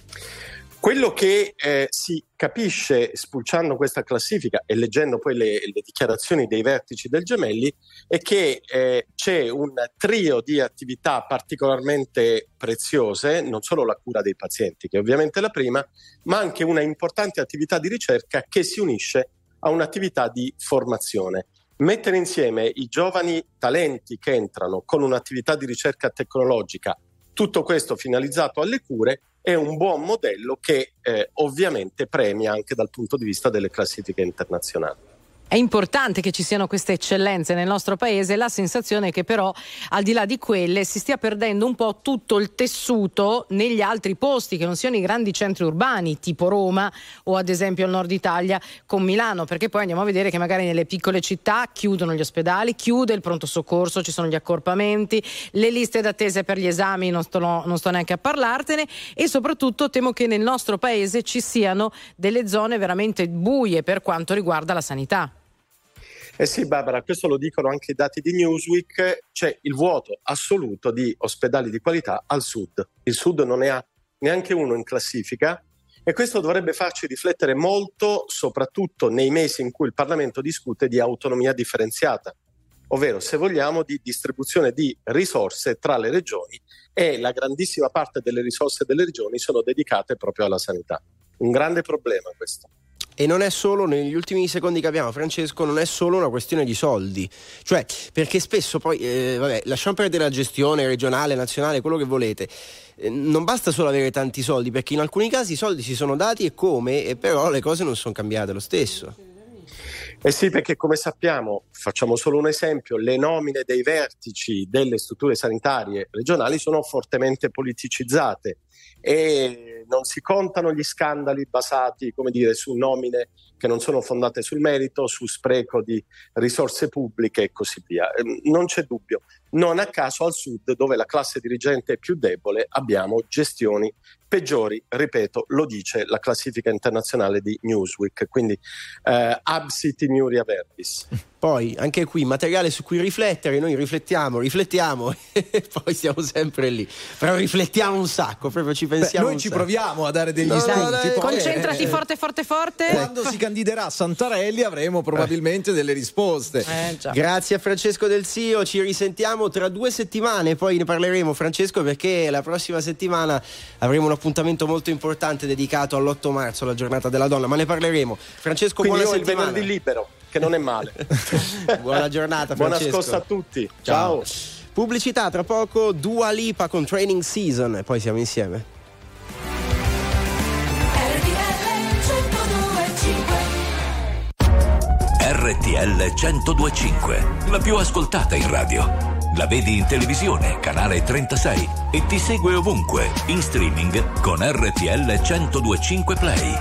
Quello che eh, si capisce spulciando questa classifica e leggendo poi le, le dichiarazioni dei vertici del Gemelli è che eh, c'è un trio di attività particolarmente preziose, non solo la cura dei pazienti, che è ovviamente la prima, ma anche una importante attività di ricerca che si unisce a un'attività di formazione. Mettere insieme i giovani talenti che entrano con un'attività di ricerca tecnologica, tutto questo finalizzato alle cure, è un buon modello che eh, ovviamente premia anche dal punto di vista delle classifiche internazionali. È importante che ci siano queste eccellenze nel nostro paese, la sensazione è che però al di là di quelle si stia perdendo un po' tutto il tessuto negli altri posti, che non siano i grandi centri urbani tipo Roma o ad esempio il nord Italia con Milano, perché poi andiamo a vedere che magari nelle piccole città chiudono gli ospedali, chiude il pronto soccorso, ci sono gli accorpamenti, le liste d'attesa per gli esami, non sto, non sto neanche a parlartene, e soprattutto temo che nel nostro paese ci siano delle zone veramente buie per quanto riguarda la sanità. Eh sì, Barbara, questo lo dicono anche i dati di Newsweek, c'è il vuoto assoluto di ospedali di qualità al sud. Il sud non ne ha neanche uno in classifica e questo dovrebbe farci riflettere molto, soprattutto nei mesi in cui il Parlamento discute di autonomia differenziata, ovvero, se vogliamo, di distribuzione di risorse tra le regioni, e la grandissima parte delle risorse delle regioni sono dedicate proprio alla sanità. Un grande problema questo. E non è solo, negli ultimi secondi che abbiamo, Francesco, non è solo una questione di soldi, cioè perché spesso poi, eh, vabbè, lasciamo perdere la gestione regionale, nazionale, quello che volete, eh, non basta solo avere tanti soldi, perché in alcuni casi i soldi si sono dati e come, e però le cose non sono cambiate lo stesso. Eh sì, perché come sappiamo, facciamo solo un esempio, le nomine dei vertici delle strutture sanitarie regionali sono fortemente politicizzate e non si contano gli scandali basati, come dire, su nomine che non sono fondate sul merito, su spreco di risorse pubbliche e così via. Non c'è dubbio. Non a caso al sud, dove la classe dirigente è più debole, abbiamo gestioni peggiori, ripeto, lo dice la classifica internazionale di Newsweek, quindi eh, absit in iuria verbis. Poi anche qui materiale su cui riflettere, noi riflettiamo, riflettiamo e poi siamo sempre lì, però riflettiamo un sacco, proprio ci pensiamo. Beh, noi ci sacco. proviamo a dare degli no, spunti. no, no, poi, concentrati eh, forte forte forte. Quando si candiderà Santarelli avremo probabilmente delle risposte. Eh, già. Grazie a Francesco Del Zio, ci risentiamo tra due settimane, poi ne parleremo, Francesco, perché la prossima settimana avremo un appuntamento molto importante dedicato all'otto marzo, la giornata della donna, ma ne parleremo. Francesco, quindi buona io il settimana. venerdì libero, che non è male. Buona giornata, Buona Francesco. scossa a tutti. Ciao. Ciao. Pubblicità, tra poco Dua Lipa con Training Season e poi siamo insieme. R T L centodue e cinque, la più ascoltata in radio. La vedi in televisione, canale trentasei, e ti segue ovunque, in streaming con R T L centodue e cinque Play.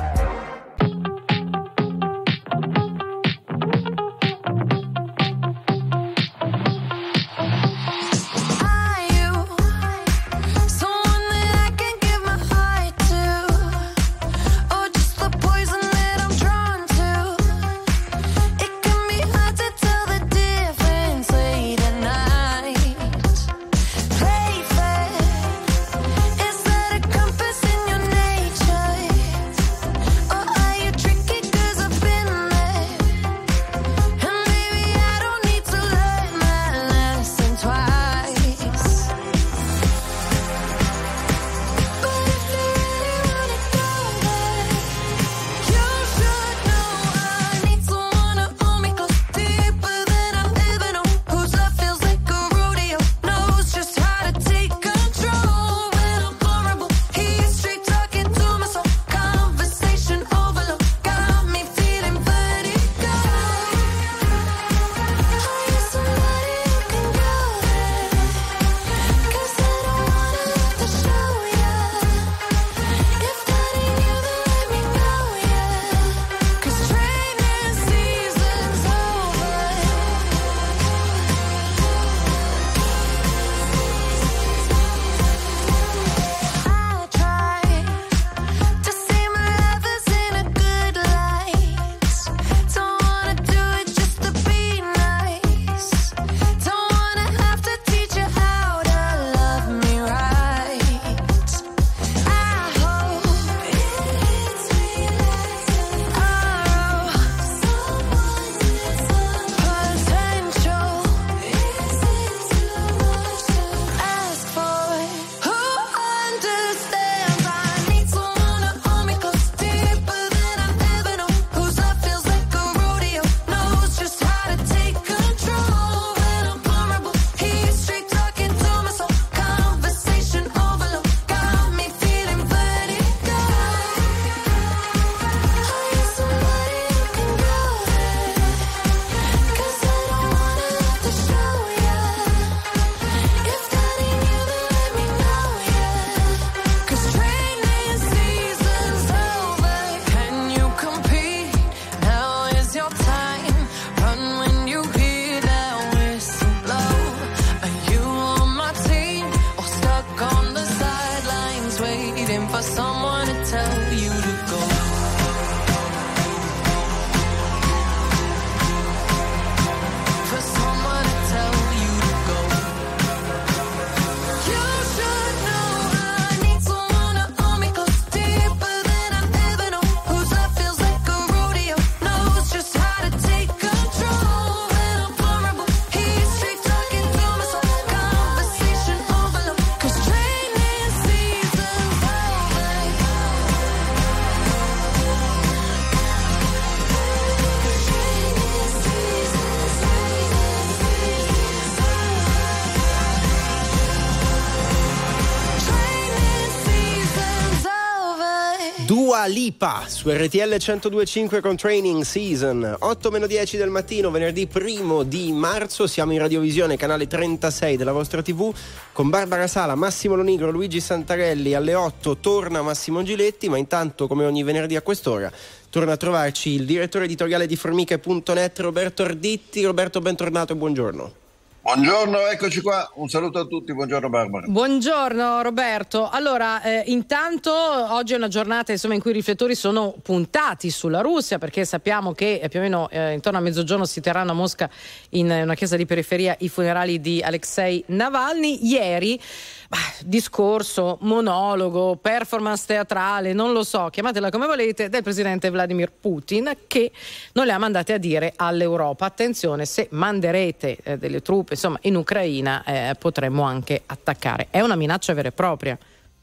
Dua Lipa su R T L centodue e cinque con Training Season. Otto meno dieci del mattino, venerdì primo di marzo. Siamo in radiovisione, canale trentasei della vostra tivù, con Barbara Sala, Massimo Lonigro, Luigi Santarelli. Alle otto torna Massimo Giletti, ma intanto, come ogni venerdì a quest'ora, torna a trovarci il direttore editoriale di Formiche punto net, Roberto Arditti. Roberto, bentornato e buongiorno. Buongiorno, eccoci qua, un saluto a tutti, buongiorno Barbara. Buongiorno Roberto. Allora, eh, intanto oggi è una giornata insomma in cui i riflettori sono puntati sulla Russia, perché sappiamo che eh, più o meno eh, intorno a mezzogiorno si terranno a Mosca, in una chiesa di periferia, i funerali di Alexei Navalny. Ieri bah, discorso, monologo, performance teatrale, non lo so, chiamatela come volete, del presidente Vladimir Putin, che non le ha mandate a dire all'Europa: attenzione, se manderete eh, delle truppe insomma in Ucraina eh, potremmo anche attaccare. È una minaccia vera e propria.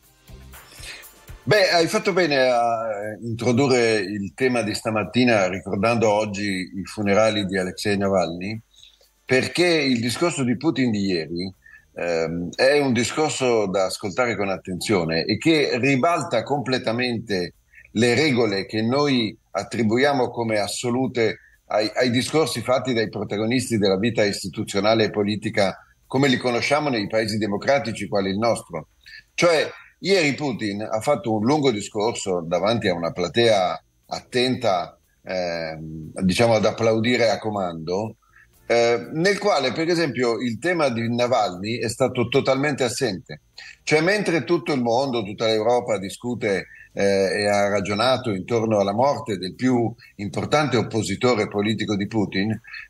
Beh, hai fatto bene a introdurre il tema di stamattina ricordando oggi i funerali di Alexei Navalny, perché il discorso di Putin di ieri ehm, è un discorso da ascoltare con attenzione e che ribalta completamente le regole che noi attribuiamo come assolute ai, ai discorsi fatti dai protagonisti della vita istituzionale e politica come li conosciamo nei paesi democratici quali il nostro. Cioè, ieri Putin ha fatto un lungo discorso davanti a una platea attenta, eh, diciamo, ad applaudire a comando, eh, nel quale, per esempio, il tema di Navalny è stato totalmente assente. Cioè, mentre tutto il mondo, tutta l'Europa discute eh, e ha ragionato intorno alla morte del più importante oppositore politico di Putin,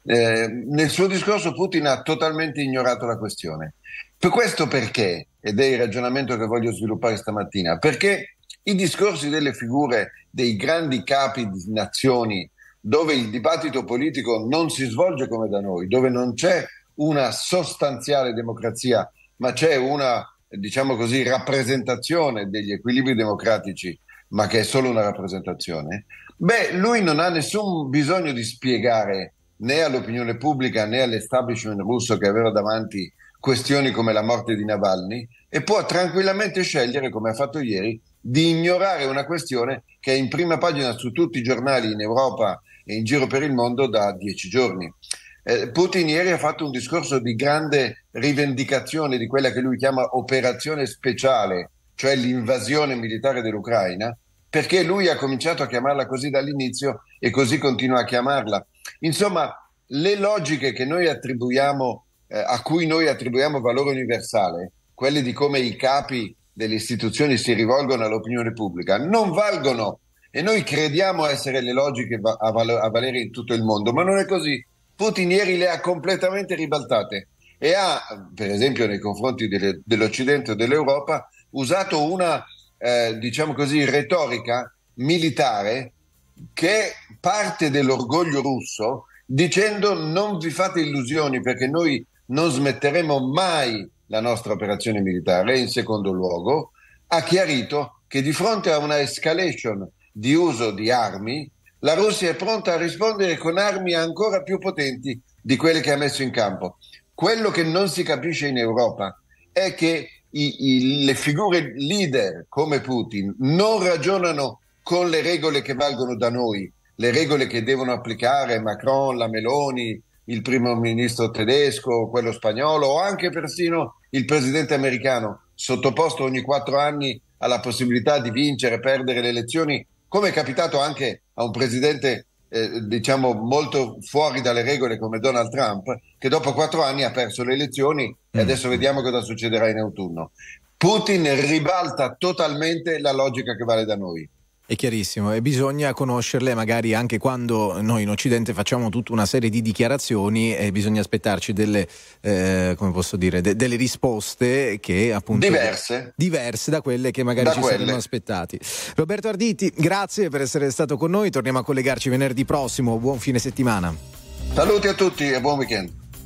eh, nel suo discorso Putin ha totalmente ignorato la questione. Per questo perché, ed è il ragionamento che voglio sviluppare stamattina, perché i discorsi delle figure dei grandi capi di nazioni, dove il dibattito politico non si svolge come da noi, dove non c'è una sostanziale democrazia, ma c'è una, diciamo così, rappresentazione degli equilibri democratici, ma che è solo una rappresentazione, beh, lui non ha nessun bisogno di spiegare né all'opinione pubblica né all'establishment russo che aveva davanti questioni come la morte di Navalny, e può tranquillamente scegliere, come ha fatto ieri, di ignorare una questione che è in prima pagina su tutti i giornali in Europa e in giro per il mondo da dieci giorni. Eh, Putin ieri ha fatto un discorso di grande rivendicazione di quella che lui chiama operazione speciale, cioè l'invasione militare dell'Ucraina, perché lui ha cominciato a chiamarla così dall'inizio e così continua a chiamarla. Insomma, le logiche che noi attribuiamo, eh, a cui noi attribuiamo valore universale, quelle di come i capi delle istituzioni si rivolgono all'opinione pubblica, non valgono, e noi crediamo essere le logiche a, val- a valere in tutto il mondo, ma non è così. Putin ieri le ha completamente ribaltate e ha, per esempio nei confronti delle, dell'Occidente o dell'Europa, usato una, eh, diciamo così, retorica militare che parte dell'orgoglio russo, dicendo non vi fate illusioni perché noi non smetteremo mai la nostra operazione militare. In secondo luogo, ha chiarito che di fronte a una escalation di uso di armi, la Russia è pronta a rispondere con armi ancora più potenti di quelle che ha messo in campo. Quello che non si capisce in Europa è che i, i, le figure leader come Putin non ragionano con le regole che valgono da noi, le regole che devono applicare Macron, la Meloni, il primo ministro tedesco, quello spagnolo o anche persino il presidente americano, sottoposto ogni quattro anni alla possibilità di vincere, perdere le elezioni, come è capitato anche a un presidente eh, diciamo molto fuori dalle regole come Donald Trump, che dopo quattro anni ha perso le elezioni mm. e adesso vediamo cosa succederà in autunno. Putin ribalta totalmente la logica che vale da noi. È chiarissimo, e bisogna conoscerle magari anche quando noi in Occidente facciamo tutta una serie di dichiarazioni e bisogna aspettarci delle, eh, come posso dire, de- delle risposte che appunto diverse diverse da quelle che magari da ci quelle. saremmo aspettati. Roberto Arditi, grazie per essere stato con noi, torniamo a collegarci venerdì prossimo, buon fine settimana. Saluti a tutti e buon weekend.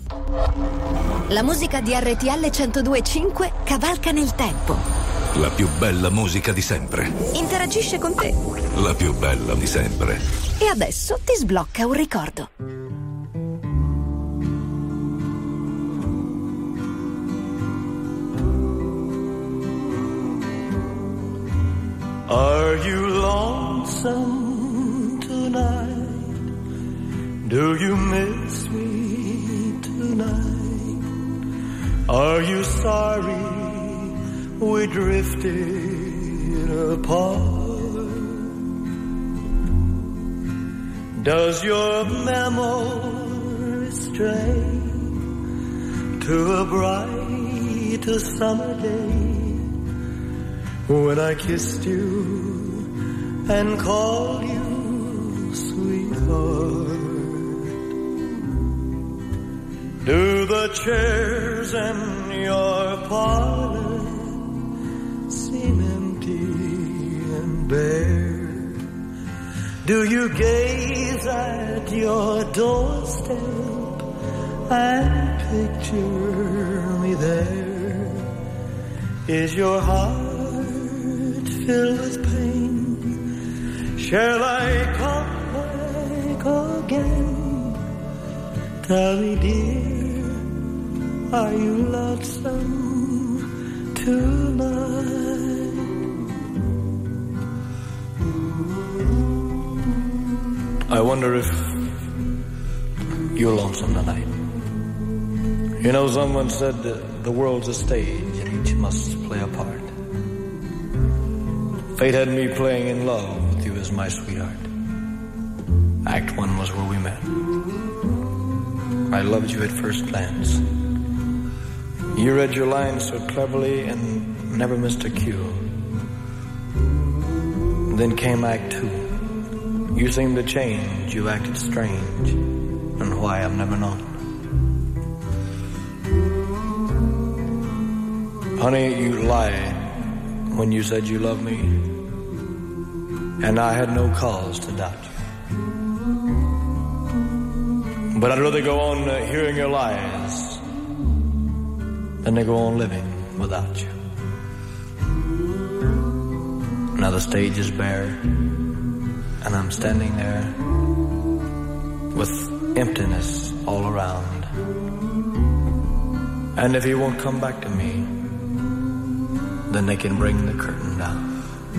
La musica di R T L centodue e cinque cavalca nel tempo. La più bella musica di sempre. Interagisce con te. La più bella di sempre. E adesso ti sblocca un ricordo. Are you lonesome tonight? Do you miss me tonight? Are you sorry we drifted apart? Does your memory stray to a bright summer day when I kissed you and called you sweetheart? Do the chairs in your parlor seem empty and bare? Do you gaze at your doorstep and picture me there? Is your heart filled with pain? Shall I come back again? Tell me, dear, are you lonesome tonight? I wonder if you're lonesome tonight. You know, someone said that the world's a stage and each must play a part. Fate had me playing in love with you as my sweetheart. Act one was where we met. I loved you at first glance. You read your lines so cleverly and never missed a cue. Then came Act two. You seemed to change, you acted strange, and why I've never known. Honey, you lied when you said you loved me, and I had no cause to doubt you. But I'd rather go on uh, hearing your lies than to go on living without you. Now the stage is bare, and I'm standing there with emptiness all around. And if you won't come back to me, then they can bring the curtain down.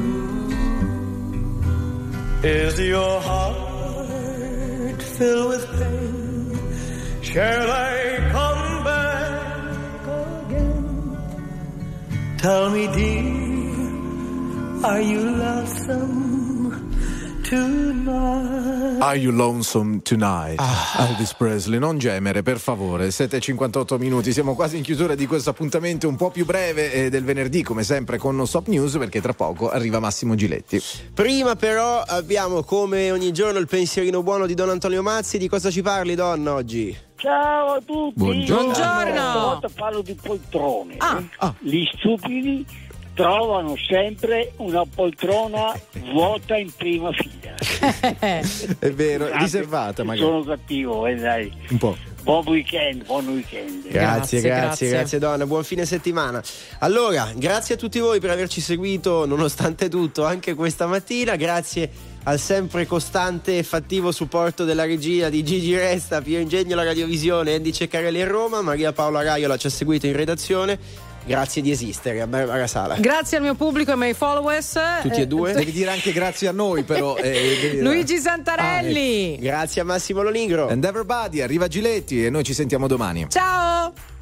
Is your heart filled with pain? Shall I come back again? Tell me, dear, are you lonesome tonight? Are you lonesome tonight? Ah. Elvis Presley, non gemere per favore. Sette e cinquantotto minuti, siamo quasi in chiusura di questo appuntamento un po' più breve eh, del venerdì, come sempre con Non Stop News, perché tra poco arriva Massimo Giletti. Prima però abbiamo come ogni giorno il pensierino buono di Don Antonio Mazzi. Di cosa ci parli, Don, oggi? Ciao a tutti. Buongiorno. Questa volta parlo di poltrone. Ah. Ah. Gli stupidi trovano sempre una poltrona vuota in prima fila. È vero, riservata magari. Sono cattivo, eh, dai. Un po'. Buon weekend, buon weekend. Grazie, grazie, grazie, grazie Donna, buon fine settimana. Allora, grazie a tutti voi per averci seguito nonostante tutto anche questa mattina. Grazie al sempre costante e fattivo supporto della regia di Gigi Resta, Piero Ingegno la radiovisione, Andy Ceccarelli a Roma, Maria Paola Raiola ci ha seguito in redazione. Grazie di esistere, a Barbara Sala. Grazie al mio pubblico e ai miei followers. Tutti e due. Devi dire anche grazie a noi, però. Eh, Luigi Santarelli. Ah, ecco. Grazie a Massimo Lolingro. And everybody, arriva Giletti e noi ci sentiamo domani. Ciao.